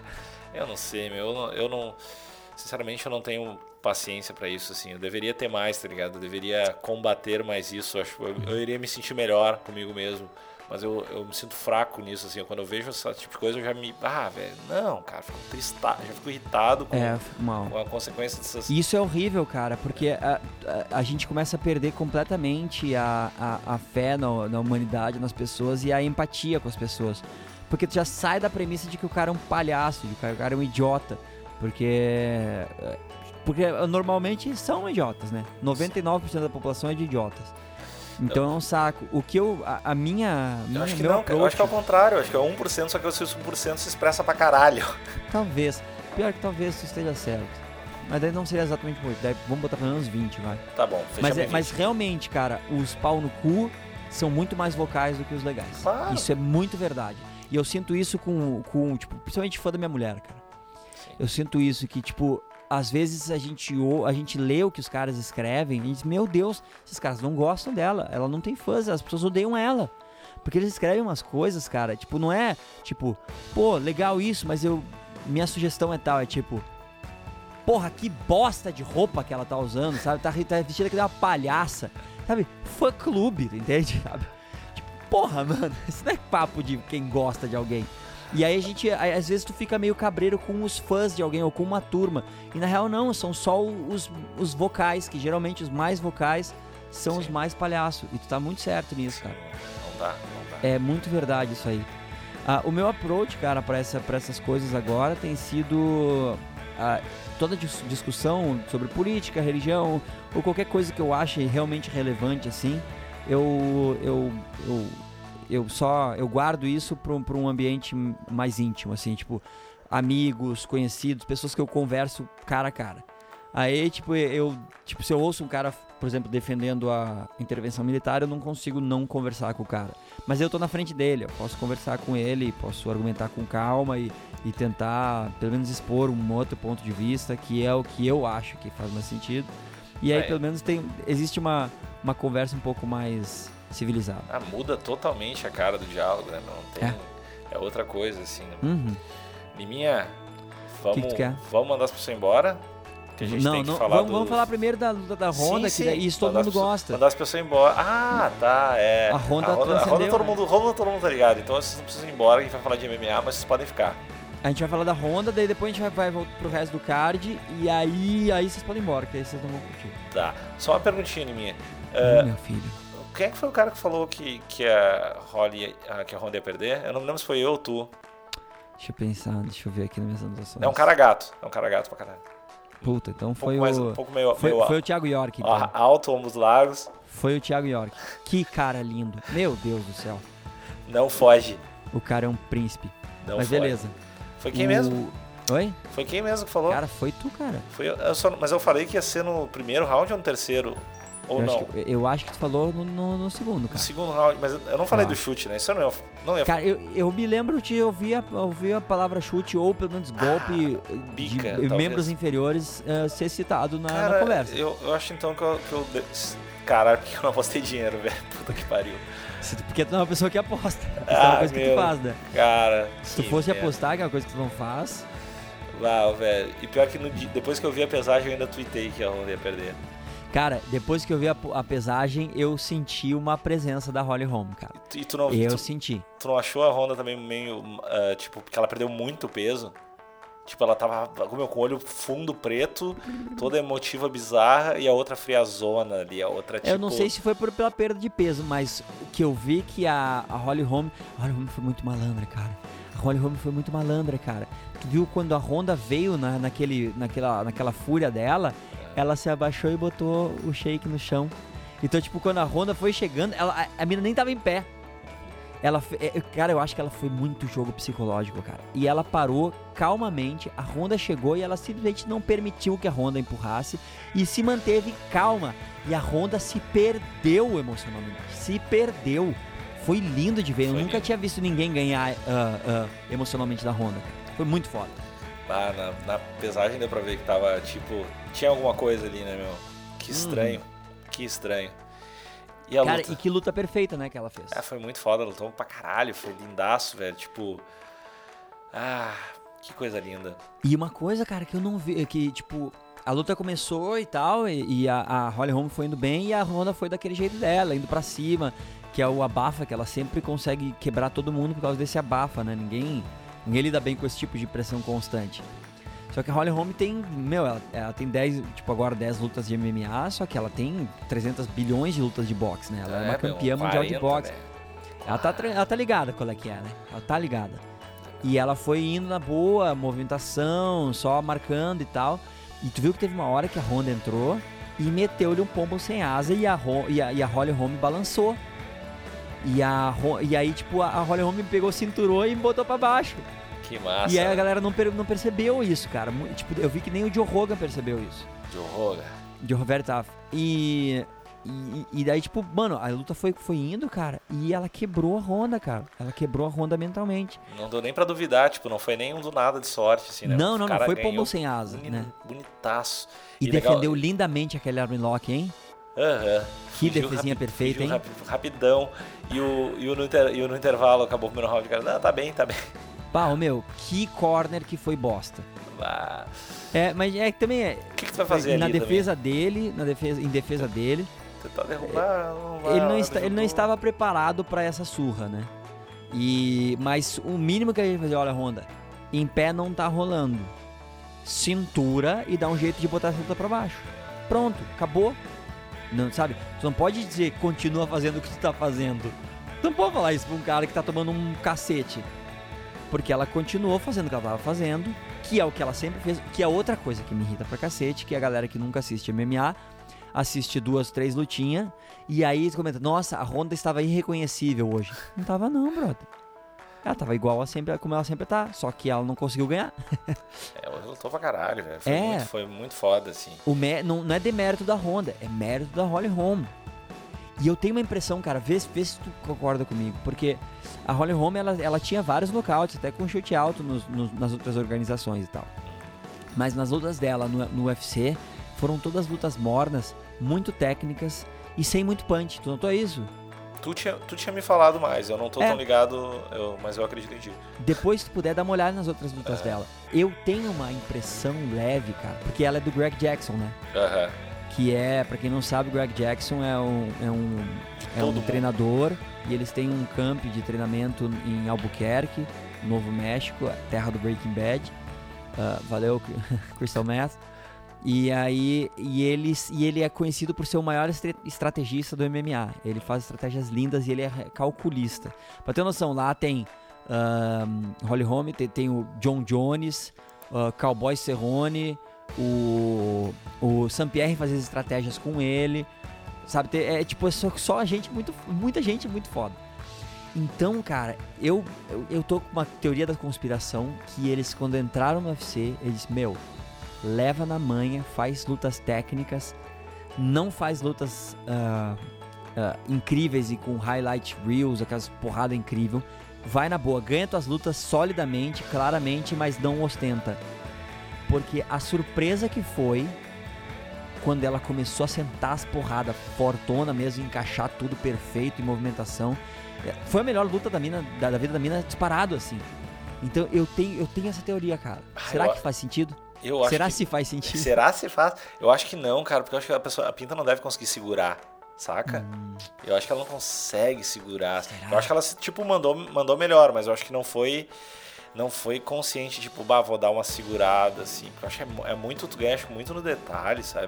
Eu não sei, meu, eu não, eu não... Sinceramente, eu não tenho paciência pra isso, assim. Eu deveria ter mais, tá ligado? Eu deveria combater mais isso. Eu, acho, eu, eu iria me sentir melhor comigo mesmo. Mas eu, eu me sinto fraco nisso, assim. Quando eu vejo esse tipo de coisa, eu já me... Ah, velho, não, cara. Fico tristado, já fico irritado com, é, fico mal. com a consequência dessas... Isso é horrível, cara. Porque a, a, a gente começa a perder completamente a, a, a fé na, na humanidade, nas pessoas e a empatia com as pessoas. Porque tu já sai da premissa de que o cara é um palhaço, de que o cara é um idiota. Porque... Porque normalmente são idiotas, né? noventa e nove por cento da população é de idiotas. Então é um saco. O que eu... A, a minha... minha eu acho que meu não, approach, eu acho que é o contrário. Eu acho que é um por cento, só que esse um por cento se expressa pra caralho. Talvez. Pior que talvez isso esteja certo. Mas daí não seria exatamente muito. Daí vamos botar pelo menos vinte, vai. Tá bom, fecha mas, é, vinte. mas realmente, cara, os pau no cu são muito mais vocais do que os legais. Claro. Isso é muito verdade. E eu sinto isso com, com tipo, principalmente fã da minha mulher, cara. Sim. Eu sinto isso que, tipo, às vezes a gente, a gente lê o que os caras escrevem e diz, meu Deus, esses caras não gostam dela, ela não tem fãs, as pessoas odeiam ela. Porque eles escrevem umas coisas, cara, tipo, não é, tipo, pô, legal isso, mas eu, minha sugestão é tal, é tipo, porra, que bosta de roupa que ela tá usando, sabe, tá, tá vestida que nem uma palhaça, sabe, fã clube, entende, sabe, tipo, porra, mano, isso não é papo de quem gosta de alguém. E aí a gente, às vezes tu fica meio cabreiro com os fãs de alguém ou com uma turma. E na real não, são só os, os vocais, que geralmente os mais vocais são Sim. os mais palhaços. E tu tá muito certo nisso, cara. Não dá, não dá. É muito verdade isso aí. Ah, o meu approach, cara, pra, essa, pra essas coisas agora tem sido... Ah, toda dis- discussão sobre política, religião, ou qualquer coisa que eu ache realmente relevante, assim, eu... eu, eu eu só, eu guardo isso para um, um ambiente mais íntimo, assim, tipo, amigos, conhecidos, pessoas que eu converso cara a cara. Aí, tipo, eu, tipo, se eu ouço um cara, por exemplo, defendendo a intervenção militar, eu não consigo não conversar com o cara. Mas eu tô na frente dele, eu posso conversar com ele, posso argumentar com calma e, e tentar, pelo menos, expor um outro ponto de vista, que é o que eu acho que faz mais sentido. E aí, é. pelo menos, tem, existe uma, uma conversa um pouco mais... civilizado. Ah, muda totalmente a cara do diálogo, né? Não tem, é. é outra coisa, assim. Uhum. Liminha, vamos, que que tu quer? vamos mandar as pessoas embora? Que a gente não, tem que não, falar vamos, do... vamos falar primeiro da luta da Honda, sim, que sim. isso todo mandar mundo pessoas, gosta. Mandar as pessoas embora. Ah, tá, é. A Honda, a Honda, a Honda todo né? mundo, Honda todo mundo tá ligado. Então vocês não precisam ir embora, a gente vai falar de M M A, mas vocês podem ficar. A gente vai falar da Honda, daí depois a gente vai, vai voltar pro resto do card e aí, aí vocês podem ir embora, que aí vocês não vão curtir. Tá, só uma perguntinha, Liminha. Uh, uh, meu filho. Quem é que foi o cara que falou que, que, a, Holly, que a Honda ia perder? Eu não me lembro se foi eu ou tu. Deixa eu pensar, deixa eu ver aqui nas minhas anotações. É um cara gato, é um cara gato pra caralho. Puta, então um foi mais, o... Um pouco meio, foi, meio, foi o Thiago York, então. Ó, alto, ombros largos. Foi o Thiago York. Que cara lindo. Meu Deus do céu. Não foge. O cara é um príncipe. Não Mas foge. beleza. Foi quem o... mesmo? Oi? Foi quem mesmo que falou? Cara, foi tu, cara. Foi eu, eu só, mas eu falei que ia ser no primeiro round ou no terceiro? Ou eu não? Acho que, eu acho que tu falou no, no, no segundo, cara. No segundo round, mas eu não falei ah. do chute, né? Isso eu não ia, não ia Cara, eu, eu me lembro de ouvir a, ouvir a palavra chute ou pelo menos golpe ah, bica, de talvez. membros inferiores uh, ser citado na, cara, na conversa. Eu, eu acho então que eu, que eu... Caralho, porque eu não apostei dinheiro, velho. Puta que pariu. Porque tu é uma pessoa que aposta. Isso ah, é uma coisa meu, que tu faz, né? Cara, se tu fosse merda. apostar, que é uma coisa que tu não faz... Uau, velho. E pior que no, depois que eu vi a pesagem, eu ainda tuitei que a Honda ia perder. Cara, depois que eu vi a, a pesagem, eu senti uma presença da Holly Holm, cara. E tu, e tu não, eu tu, senti. Tu não achou a Honda também meio, uh, tipo, porque ela perdeu muito peso? Tipo, ela tava com o olho fundo preto, toda emotiva, bizarra, e a outra friazona ali, a outra tipo... Eu não sei se foi por, pela perda de peso, mas o que eu vi que a, a Holly Holm... A Holly Holm foi muito malandra, cara. A Holly Holm foi muito malandra, cara. Tu viu quando a Honda veio na, naquele, naquela, naquela fúria dela, ela se abaixou e botou o shake no chão. Então, tipo, quando a Honda foi chegando, ela, a, a mina nem tava em pé. Ela, cara, eu acho que ela foi muito jogo psicológico, cara. E ela parou calmamente, a Honda chegou e ela simplesmente não permitiu que a Honda empurrasse e se manteve calma. E a Honda se perdeu emocionalmente, se perdeu. Foi lindo de ver, eu foi nunca lindo. tinha visto ninguém ganhar uh, uh, emocionalmente da Honda. Foi muito foda. Ah, na, na pesagem deu pra ver que tava, tipo, tinha alguma coisa ali, né, meu? Que estranho, hum. que estranho. E a cara, luta? E que luta perfeita, né, que ela fez. É, foi muito foda, lutou pra caralho, foi lindaço, velho, tipo... Ah, que coisa linda. E uma coisa, cara, que eu não vi, que, tipo, a luta começou e tal, e, e a, a Holly Holm foi indo bem, e a Honda foi daquele jeito dela, indo pra cima, que é o abafa, que ela sempre consegue quebrar todo mundo por causa desse abafa, né, ninguém, ninguém lida bem com esse tipo de pressão constante. Só que a Holly Holm tem, meu, ela, ela tem dez, tipo agora dez lutas de M M A, só que ela tem trezentos bilhões de lutas de boxe, né? Ela é, é uma campeã meu, mundial quarenta, de boxe. Né? Ela tá, ela tá ligada qual é que é, né? Ela tá ligada. E ela foi indo na boa, movimentação, só marcando e tal. E tu viu que teve uma hora que a Honda entrou e meteu-lhe um pombo sem asa e a, e a, e a Holly Holm balançou. E, a, e aí, tipo, a Holly Holm pegou, cinturou e botou pra baixo. Que massa. E aí a galera não, per, não percebeu isso, cara. Tipo, eu vi que nem o Joe Rogan percebeu isso. Joe Rogan. Joe Roberto Taff. E, e, e daí, tipo, mano, a luta foi, foi indo, cara, e ela quebrou a Honda, cara. Ela quebrou a Honda mentalmente. Não deu nem pra duvidar, tipo, não foi nenhum do nada de sorte, assim, né? Não, não, não foi pombo sem asa, bonito, né? Bonitaço. E, e defendeu legal... lindamente aquele armlock, hein? Aham. Uhum. Que defesinha rapi- perfeita, hein? Rapi- rapidão. E o, e, o no inter, e o no intervalo acabou o primeiro round, cara. Não, tá bem, tá bem. Pá, ô meu, que corner que foi bosta. Ah. É, mas é que também é. O que, que tu vai fazer na ali defesa também? dele, na defesa, em defesa dele. Tentar derrubar, não vai, ele, não está, ele não estava preparado pra essa surra, né? E, mas o mínimo que a gente fazer, olha, Honda, em pé não tá rolando. Cintura e dá um jeito de botar a cintura pra baixo. Pronto, acabou. Não, sabe? Tu não pode dizer continua fazendo o que tu tá fazendo. Tu não pode falar isso pra um cara que tá tomando um cacete. Porque ela continuou fazendo o que ela tava fazendo, que é o que ela sempre fez, que é outra coisa que me irrita pra cacete, que é a galera que nunca assiste M M A, assiste duas, três lutinhas, e aí comenta, nossa, a Honda estava irreconhecível hoje. Não tava não, brother. Ela tava igual a sempre, como ela sempre tá, só que ela não conseguiu ganhar. É, ela lutou pra caralho, velho. Foi, é, muito, foi muito foda, assim. O mé- não, não é demérito da Honda, é mérito da Holly Holm. E eu tenho uma impressão, cara, vê, vê se tu concorda comigo, porque a Holly Holm, ela, ela tinha vários nocautes, até com chute alto nos, nos, nas outras organizações e tal. Mas nas lutas dela no, no U F C, foram todas lutas mornas, muito técnicas e sem muito punch. Tu notou isso? Tu tinha, tu tinha me falado mais, eu não tô é. tão ligado, eu, mas eu acredito em ti. Depois, se tu puder, dar uma olhada nas outras lutas é. dela. Eu tenho uma impressão leve, cara, porque ela é do Greg Jackson, né? Aham. Uhum. Que é, pra quem não sabe, o Greg Jackson é um, é um, é um treinador e eles têm um camp de treinamento em Albuquerque, Novo México, a terra do Breaking Bad. Uh, valeu, Crystal Meth. E aí, e ele, e ele é conhecido por ser o maior estre- estrategista do M M A. Ele faz estratégias lindas e ele é calculista. Pra ter noção, lá tem uh, Holly Holm, tem, tem o John Jones, uh, Cowboy Cerrone, o, o Saint-Pierre faz as estratégias com ele, sabe? É tipo, é só, só a gente, muito, muita gente muito foda. Então, cara, eu, eu, eu tô com uma teoria da conspiração que eles, quando entraram no U F C, eles, meu, leva na manha, faz lutas técnicas, não faz lutas uh, uh, incríveis e com highlight reels, aquelas porrada incrível, vai na boa, ganha tuas lutas solidamente, claramente, mas não ostenta. Porque a surpresa que foi quando ela começou a sentar as porradas fortona mesmo, encaixar tudo perfeito em movimentação, foi a melhor luta da, mina, da, da vida da mina disparado, assim. Então eu tenho, eu tenho essa teoria, cara. Será eu, que faz sentido? Eu acho Será que, se faz sentido? Será se faz? Eu acho que não, cara, porque eu acho que a, pessoa, a Pinta não deve conseguir segurar, saca? Hum. Eu acho que ela não consegue segurar. Será? Eu acho que ela, tipo, mandou, mandou melhor, mas eu acho que não foi... Não foi consciente, tipo, bah, vou dar uma segurada, assim. Eu acho que é, é muito, tu ganha, acho muito no detalhe, sabe?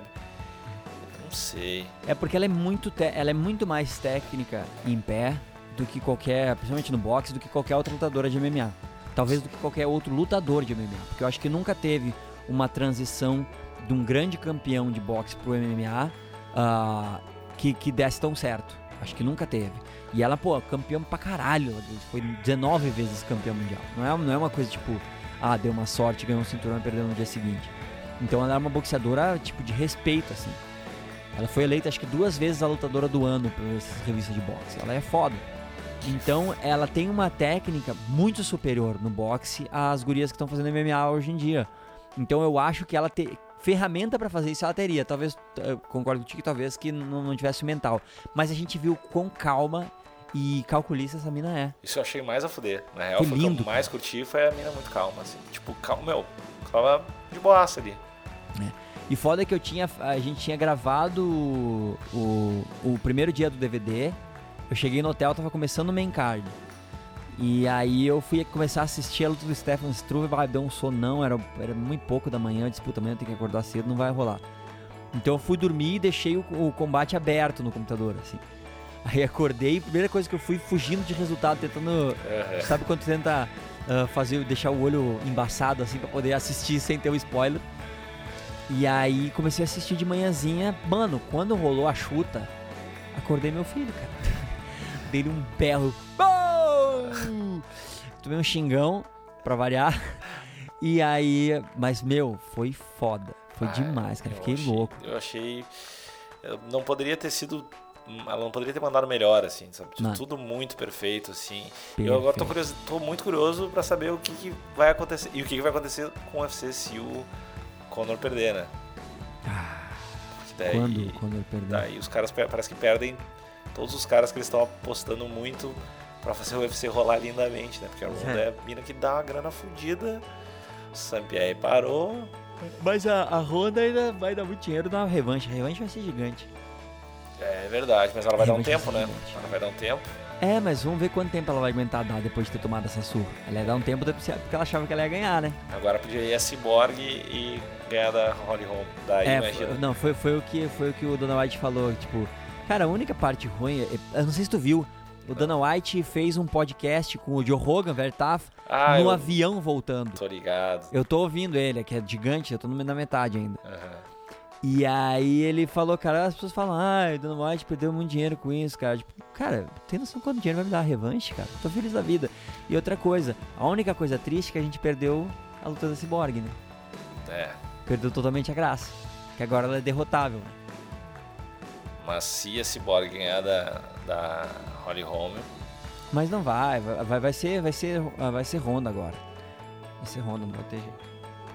Não sei. É porque ela é muito, te- ela é muito mais técnica em pé do que qualquer, principalmente no boxe, do que qualquer outra lutadora de M M A. Talvez do que qualquer outro lutador de M M A. Porque eu acho que nunca teve uma transição de um grande campeão de boxe pro M M A uh, que, que desse tão certo. Acho que nunca teve. E ela, pô, campeã pra caralho. Ela foi dezenove vezes campeã mundial. Não é, não é uma coisa tipo, ah, deu uma sorte, ganhou um cinturão e perdeu no dia seguinte. Então ela é uma boxeadora, tipo, de respeito, assim. Ela foi eleita, acho que duas vezes a lutadora do ano por essas revistas de boxe. Ela é foda. Então ela tem uma técnica muito superior no boxe às gurias que estão fazendo M M A hoje em dia. Então eu acho que ela tem ferramenta pra fazer isso, ela teria. Talvez, eu concordo contigo, talvez que não, não tivesse o mental. Mas a gente viu com calma e calculista essa mina é. Isso eu achei mais a fuder. Na real, Que foi lindo, o que eu mais curti, foi a mina muito calma, assim. Tipo, calma, meu, tava de boaça ali. É. E foda é que eu tinha, a gente tinha gravado o, o, o primeiro dia do D V D. Eu cheguei no hotel, tava começando o main card. E aí eu fui começar a assistir a luta do Stefan Struve, deu um sonão, era, era muito pouco da manhã, eu disse, puta, amanhã eu tenho que acordar cedo, não vai rolar. Então eu fui dormir e deixei o, o combate aberto no computador, assim. Aí acordei, a primeira coisa que eu fui fugindo de resultado, tentando, Uhum. sabe quando tu tenta uh, fazer, deixar o olho embaçado, assim, pra poder assistir sem ter o spoiler. E aí comecei a assistir de manhãzinha, mano, quando rolou a chuta, acordei meu filho, cara. Dei-lhe um berro. Oh! Tomei um xingão, pra variar. E aí, mas meu, foi foda. Foi ah, demais, cara. Fiquei achei, louco. Eu achei. Eu não poderia ter sido. Ela não poderia ter mandado melhor, assim, sabe? Não. Tudo muito perfeito, assim. Perfeito. Eu agora tô, curioso, tô muito curioso pra saber o que, que vai acontecer. E o que, que vai acontecer com o U F C se o Conor perder, né? Ah, daí, quando o Conor perder? Daí os caras parece que perdem. Todos os caras que eles estão apostando muito pra fazer o U F C rolar lindamente, né? Porque a Ronda é, é a mina que dá uma grana fodida. O Saint-Pierre parou. Mas a, a Ronda ainda vai dar muito dinheiro na revanche. A revanche vai ser gigante. É verdade, mas ela vai dar um tempo, né? Gigante. Ela vai dar um tempo. É, mas vamos ver quanto tempo ela vai aguentar dar depois de ter tomado essa surra. Ela ia dar um tempo porque ela achava que ela ia ganhar, né? Agora podia ir a Cyborg e ganhar da Holly Holm. Daí, é, imagina. Foi, não, foi, foi, o que, foi o que o Dana White falou, tipo... Cara, a única parte ruim, eu não sei se tu viu, o Dana White fez um podcast com o Joe Rogan, Vertaf, ah, no eu... avião voltando. Tô ligado. Eu tô ouvindo ele, que é gigante, eu tô na metade ainda. Uhum. E aí ele falou, cara, as pessoas falam, ah, o Dana White perdeu muito dinheiro com isso, cara. Tipo, cara, tem noção quanto dinheiro vai me dar a revanche, cara? Tô feliz da vida. E outra coisa, a única coisa triste é que a gente perdeu a luta da Cyborg, né? É. Perdeu totalmente a graça, que agora ela é derrotável. Mas se a Cyborg ganhar da, da Holly Holm... Mas não vai, vai, vai ser, vai ser, vai ser Ronda agora. Vai ser Ronda, não vai ter jeito.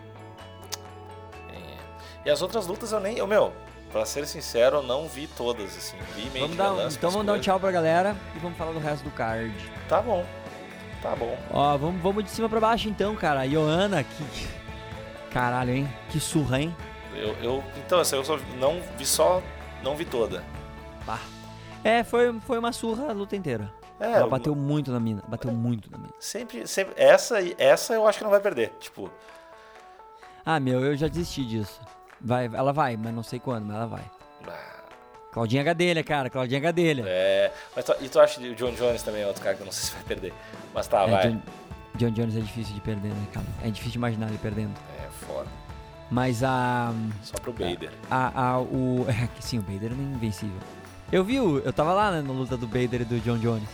É. E as outras lutas eu nem, eu, meu, pra ser sincero, eu não vi todas, assim, vi meio vamos dar, relance, Então vamos dar um tchau pra galera e vamos falar do resto do card. Tá bom, tá bom. Ó, vamos, vamos de cima pra baixo então, cara. A Joanna, que... Caralho, hein? Que surra, hein? Eu, eu, então, assim, eu só não vi só... Não vi toda. Bah. É, foi, foi uma surra a luta inteira. É, ela bateu eu... muito na mina. Bateu é. muito na mina. Sempre, sempre. Essa, essa eu acho que não vai perder. Tipo. Ah, meu, eu já desisti disso. Vai, ela vai, mas não sei quando, mas ela vai. Ah. Claudinha Gadelha, cara. Claudinha Gadelha. É. Mas tu, e tu acha que o John Jones também é outro cara que eu não sei se vai perder. Mas tá, é, vai. John, John Jones é difícil de perder, né, cara? É difícil de imaginar ele perdendo. É, foda. Mas a... Só pro Bader. A, a, o, é, sim, o Bader é invencível. Eu vi, eu tava lá, né, na luta do Bader e do John Jones.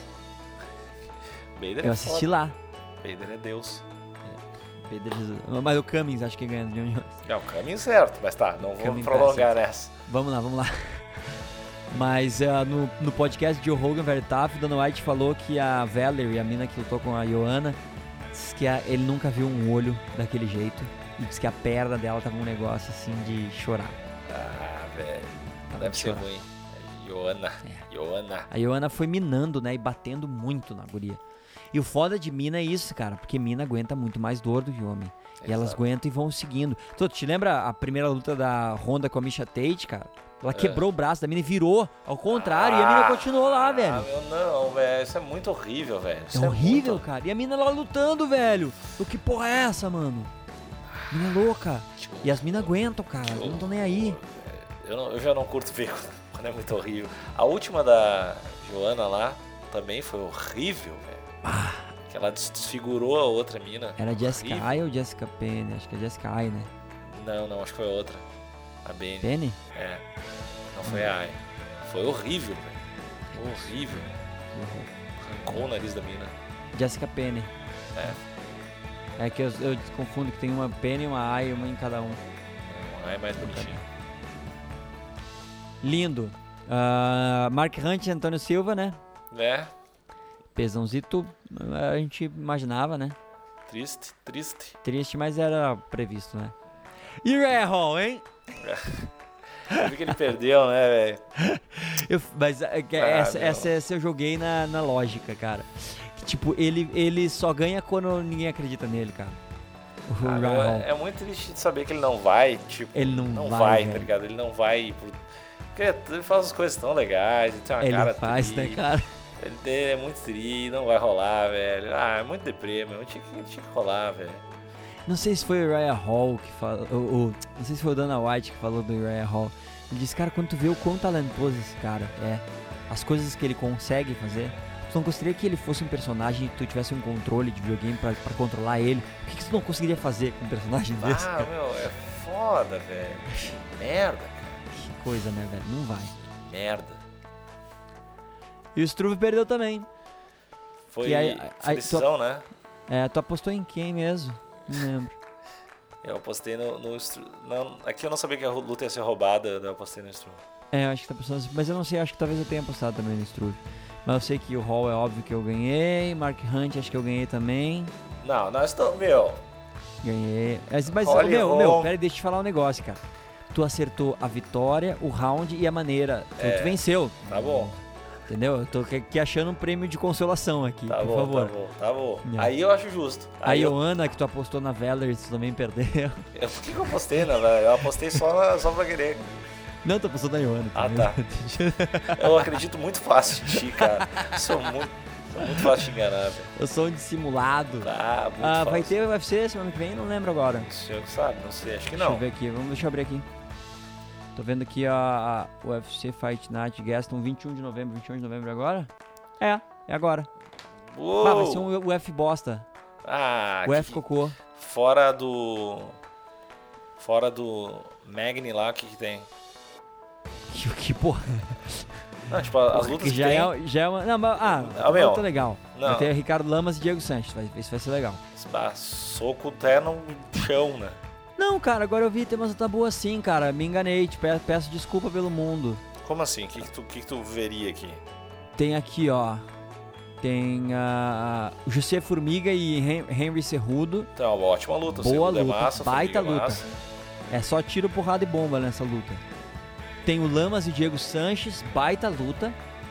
Bader eu é assisti foda. lá. Bader é Deus. É, Bader é... Mas o Cummings acho que ganha do John Jones. É, o Cummings certo, mas tá, não vamos prolongar nessa. Vamos lá, vamos lá. Mas uh, no, no podcast de Joe Rogan Veritaf, o Dana White falou que a Valerie, a mina que lutou com a Joanna, disse que a, ele nunca viu um olho daquele jeito. E diz que a perna dela tava um negócio assim de chorar. Ah, velho. Deve ser ruim. Joanna. É. Joanna. A Joanna foi minando, né? E batendo muito na guria. E o foda de mina é isso, cara. Porque mina aguenta muito mais dor do que homem. Exato. E elas aguentam e vão seguindo. Tu te lembra a primeira luta da Ronda com a Misha Tate, cara? Ela quebrou é. o braço da mina e virou ao contrário. Ah, e a mina continuou lá, velho. Ah, meu, não, velho. Isso é muito horrível, velho. É, é horrível, muito... cara. E a mina lá lutando, velho. O que porra é essa, mano? Mina louca. E as minas aguentam, cara. Elas não estão nem aí. Eu, não, eu já não curto ver quando é muito horrível. A última da Joanna lá também foi horrível, velho. Ah. Que ela desfigurou a outra mina. Era horrível. Jessica Ai ou Jessica Penny? Acho que é Jessica Ai, né? Não, não. Acho que foi a outra. A Penny. Penny? É. Não foi hum. a Ai. Foi horrível, velho. Horrível. Arrancou o nariz da mina. Jessica Penny. É. É que eu, eu confundo que tem uma Penny, uma A e uma em cada um. Não é mais bonitinho. Lindo. Uh, Mark Hunt e Antônio Silva, né? É. Pesãozito, a gente imaginava, né? Triste, triste. Triste, mas era previsto, né? E Rhea Hall, hein? Eu vi que ele perdeu, né, velho? Mas é, ah, essa, essa, essa eu joguei na, na lógica, cara. Que, tipo, ele, ele só ganha quando ninguém acredita nele, cara. O ah, Rhea Hall. É muito triste de saber que ele não vai, tipo... Ele não, não vai, vai velho. Tá ligado? Ele não vai... Por... Porque ele faz as coisas tão legais, ele tem uma ele cara faz, tri, né, cara? Ele é muito tri, não vai rolar, velho. Ah, é muito deprê, meu. Tinha que, tinha que rolar, velho. Não sei se foi o Rhea Hall que falou, ou, ou, não sei se foi o Dana White que falou do Rhea Hall. Ele disse, cara, quando tu vê o quão talentoso esse cara é, as coisas que ele consegue fazer, tu não gostaria que ele fosse um personagem e tu tivesse um controle de videogame pra, pra controlar ele? O que, que tu não conseguiria fazer com um personagem ah, desse? Ah, cara? meu, é foda, velho. Que merda, cara. Que coisa, né, velho? Não vai. Merda. E o Struve perdeu também. Foi aí, aí, decisão, tu, né? É, tu apostou em quem mesmo? Não lembro. Eu apostei no, no não, aqui eu não sabia que a luta ia ser roubada, eu apostei no Struve. É, eu acho que tá apostando assim, mas eu não sei, acho que talvez eu tenha apostado também no Struve. Mas eu sei que o Hall é óbvio que eu ganhei, Mark Hunt acho que eu ganhei também. Não, nós estamos, meu... Ganhei. Mas, mas Olha, meu, meu, peraí, deixa eu te falar um negócio, cara. Tu acertou a vitória, o round e a maneira. Tu, é, tu venceu. Tá bom. Entendeu? Eu tô aqui achando um prêmio de consolação aqui, tá por bom, favor. Tá bom, tá bom. Yeah. Aí eu acho justo. Aí a Ioana, eu... que tu apostou na Valor, tu também perdeu. Eu, por que, que eu apostei, né, velho? Eu apostei só, na, só pra querer. Não, tu apostou na Ioana. Ah, tá. Eu acredito muito fácil em ti, cara. Sou muito, sou muito fácil de enganar, velho. Eu sou um dissimulado. Tá, muito ah, fácil. vai ter o U F C semana que vem? Não lembro agora. O senhor que sabe, não sei, acho que Deixa não. eu ver aqui, vamos, deixa eu abrir aqui. Tô vendo aqui a, a U F C Fight Night Gaston, vinte e um de novembro, vinte e um de novembro agora? É, é agora. Uou. Ah, vai ser um U F bosta. Ah, U F que... cocô. Fora do... Fora do Magni lá, o que que tem? Que, que porra. Não, tipo, as lutas que já tem... É, já é uma... Não, mas... Ah, ah, meu, luta legal. Não. Vai ter Ricardo Lamas e Diego Sanches, vai, isso vai ser legal. Ah, soco até no chão, né? Não, cara, agora eu vi, tem umas lutas boas sim, cara. Me enganei, te peço, peço desculpa pelo mundo. Como assim? O que que tu, que que tu veria aqui? Tem aqui, ó. Tem a uh, José Formiga e Henry Cerrudo. Então, uma ótima luta. Boa luta, luta, é massa, baita é luta. massa. É só tiro, porrada e bomba nessa luta. Tem o Lamas e Diego Sanches, baita luta.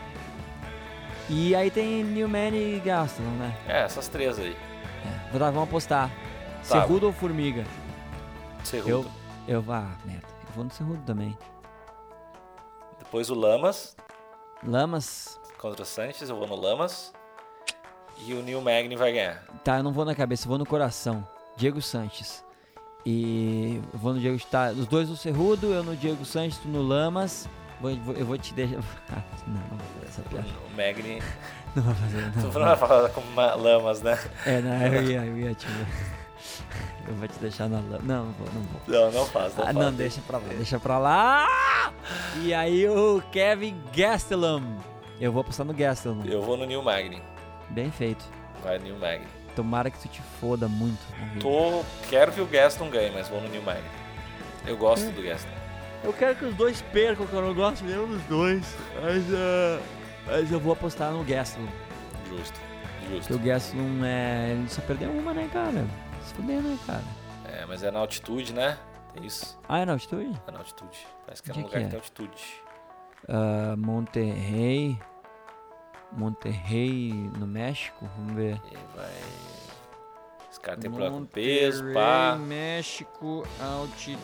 E aí tem Newman e Gaston, né? É, essas três aí. É, vamos apostar. Tá. Cerrudo ou Formiga? Cerrudo. Eu, eu, ah, merda. Eu vou no Cerrudo também. Depois o Lamas. Lamas. Contra o Sanches, eu vou no Lamas. E o Neil Magny vai ganhar. Tá, eu não vou na cabeça, eu vou no coração. Diego Sanches. E eu vou no Diego... Tá, os dois no Cerrudo, eu no Diego Sanches, tu no Lamas. Vou, eu vou te deixar... não, não vou fazer essa piada. O Magny... Não vou fazer, não. Tu não vai falar como uma Lamas, né? É, não, eu ia, eu ia te... Eu vou te deixar na lama. Não, não vou, não vou. Não, não faz, não ah, faz. Não, deixa pra lá, deixa pra lá. E aí o Kevin Gastelum. Eu vou apostar no Gastelum. Eu vou no Neil Magny. Bem feito. Vai no Neil Magny. Tomara que tu te foda muito. Tô... Quero que o Gaston ganhe, mas vou no Neil Magny. Eu gosto do Gaston. Eu quero que os dois percam, que eu não gosto nenhum dos dois. Mas, uh, mas eu vou apostar no Gastelum. Justo, justo. Porque o Gastelum é... Ele só perdeu uma, né, cara? Se fuder, né, cara? É, mas é na altitude, né? É isso. Ah, é na altitude? É na altitude. Parece que é Onde um é lugar que que, é? tem altitude. Uh, Monterrey. Monterrey, no México. Vamos ver. E vai... Esse cara tem problema com peso, pá. México, altitude.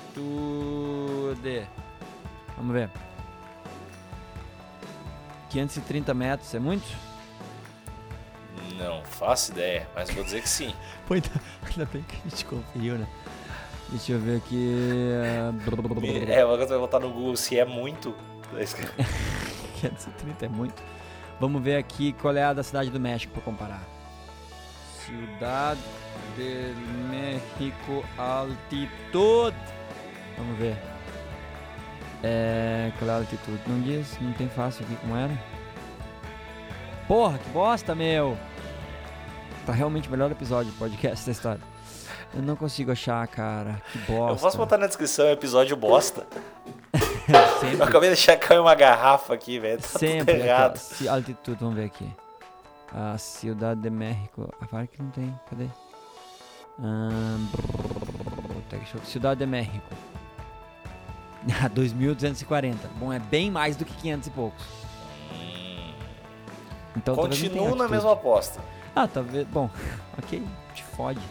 Vamos ver. quinhentos e trinta metros, é muito? Não faço ideia, mas vou dizer que sim. Pô, ainda, ainda bem que a gente conferiu, né? Deixa eu ver aqui. Uh... É, agora você vai botar no Google se é muito. quinhentos e trinta é muito. Vamos ver aqui qual é a da Cidade do México para comparar. Cidade de México, altitude. Vamos ver. É, qual é a altitude? Não diz, não tem fácil aqui como era. Porra, que bosta, meu. Tá realmente o melhor episódio do podcast da história. Eu não consigo achar, cara. Que bosta. Eu posso botar na descrição episódio bosta? Sempre. Eu acabei de deixar cair uma garrafa aqui, velho. Tá Sempre. tudo errado. Aqui, ó. Altitude, vamos ver aqui. A Ciudad de México. Ah, claro que não tem. Cadê? Um, brrr, Ciudad de México. dois mil duzentos e quarenta. Bom, é bem mais do que quinhentos e poucos. Hum. Então, Continuo na mesma aposta. Ah, talvez. Bom, ok. Te fode.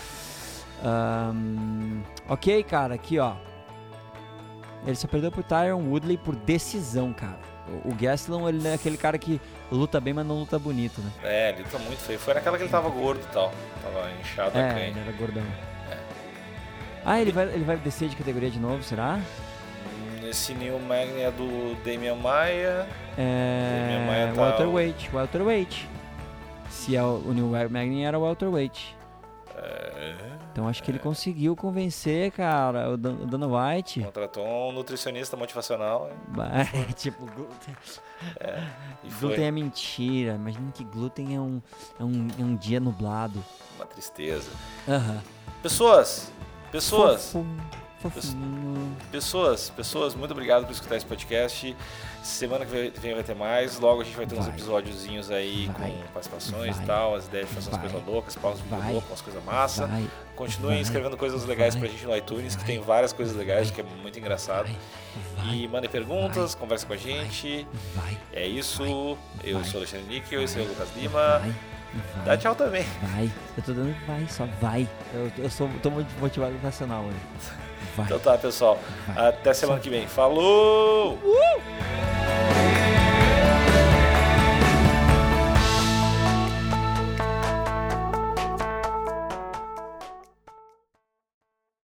Um, ok, cara. Aqui, ó. Ele só perdeu pro Tyron Woodley por decisão, cara. O, o Gastelum, ele é aquele cara que luta bem, mas não luta bonito, né? É, ele luta muito feio. Foi naquela que ele tava gordo e tal. Tava inchado a É, crente. ele era gordão. É. Ah, ele vai, ele vai descer de categoria de novo, será? Esse New Magni é do Damian Maia. É... Damian Maia tá... Welterweight, welterweight. Se é o, o New Magni era welterweight. É... Então acho que ele conseguiu convencer, cara, o, Dan, o Dana White. Contratou um nutricionista motivacional. Hein? Bah, tipo, glúten. É, e Glúten foi é mentira. Imagina que glúten é um, é um, é um dia nublado. uma tristeza. Aham. Pessoas, pessoas, Fofo, fofinho. pessoas, pessoas, muito obrigado por escutar esse podcast. Semana que vem vai ter mais. Logo a gente vai ter uns Vai. episódios aí Vai. com participações Vai. e tal. As ideias de fazer umas Vai. coisas loucas, pausas vídeo Vai. louco, umas coisas massa. Vai. Continuem Vai. escrevendo coisas legais Vai. pra gente no iTunes, que Vai. tem várias coisas legais, Vai. que é muito engraçado. Vai. Vai. E mandem perguntas, conversa com a gente. Vai. É isso. Vai. Eu Vai. sou o Alexandre Níquel, esse é o Lucas Lima. Vai. Dá Vai. tchau também. Vai. Eu tô dando vai, só vai. Eu, eu sou, tô muito motivado nacional hoje. Vai. Então tá, pessoal. Vai. Até semana que vem. Falou! Uh!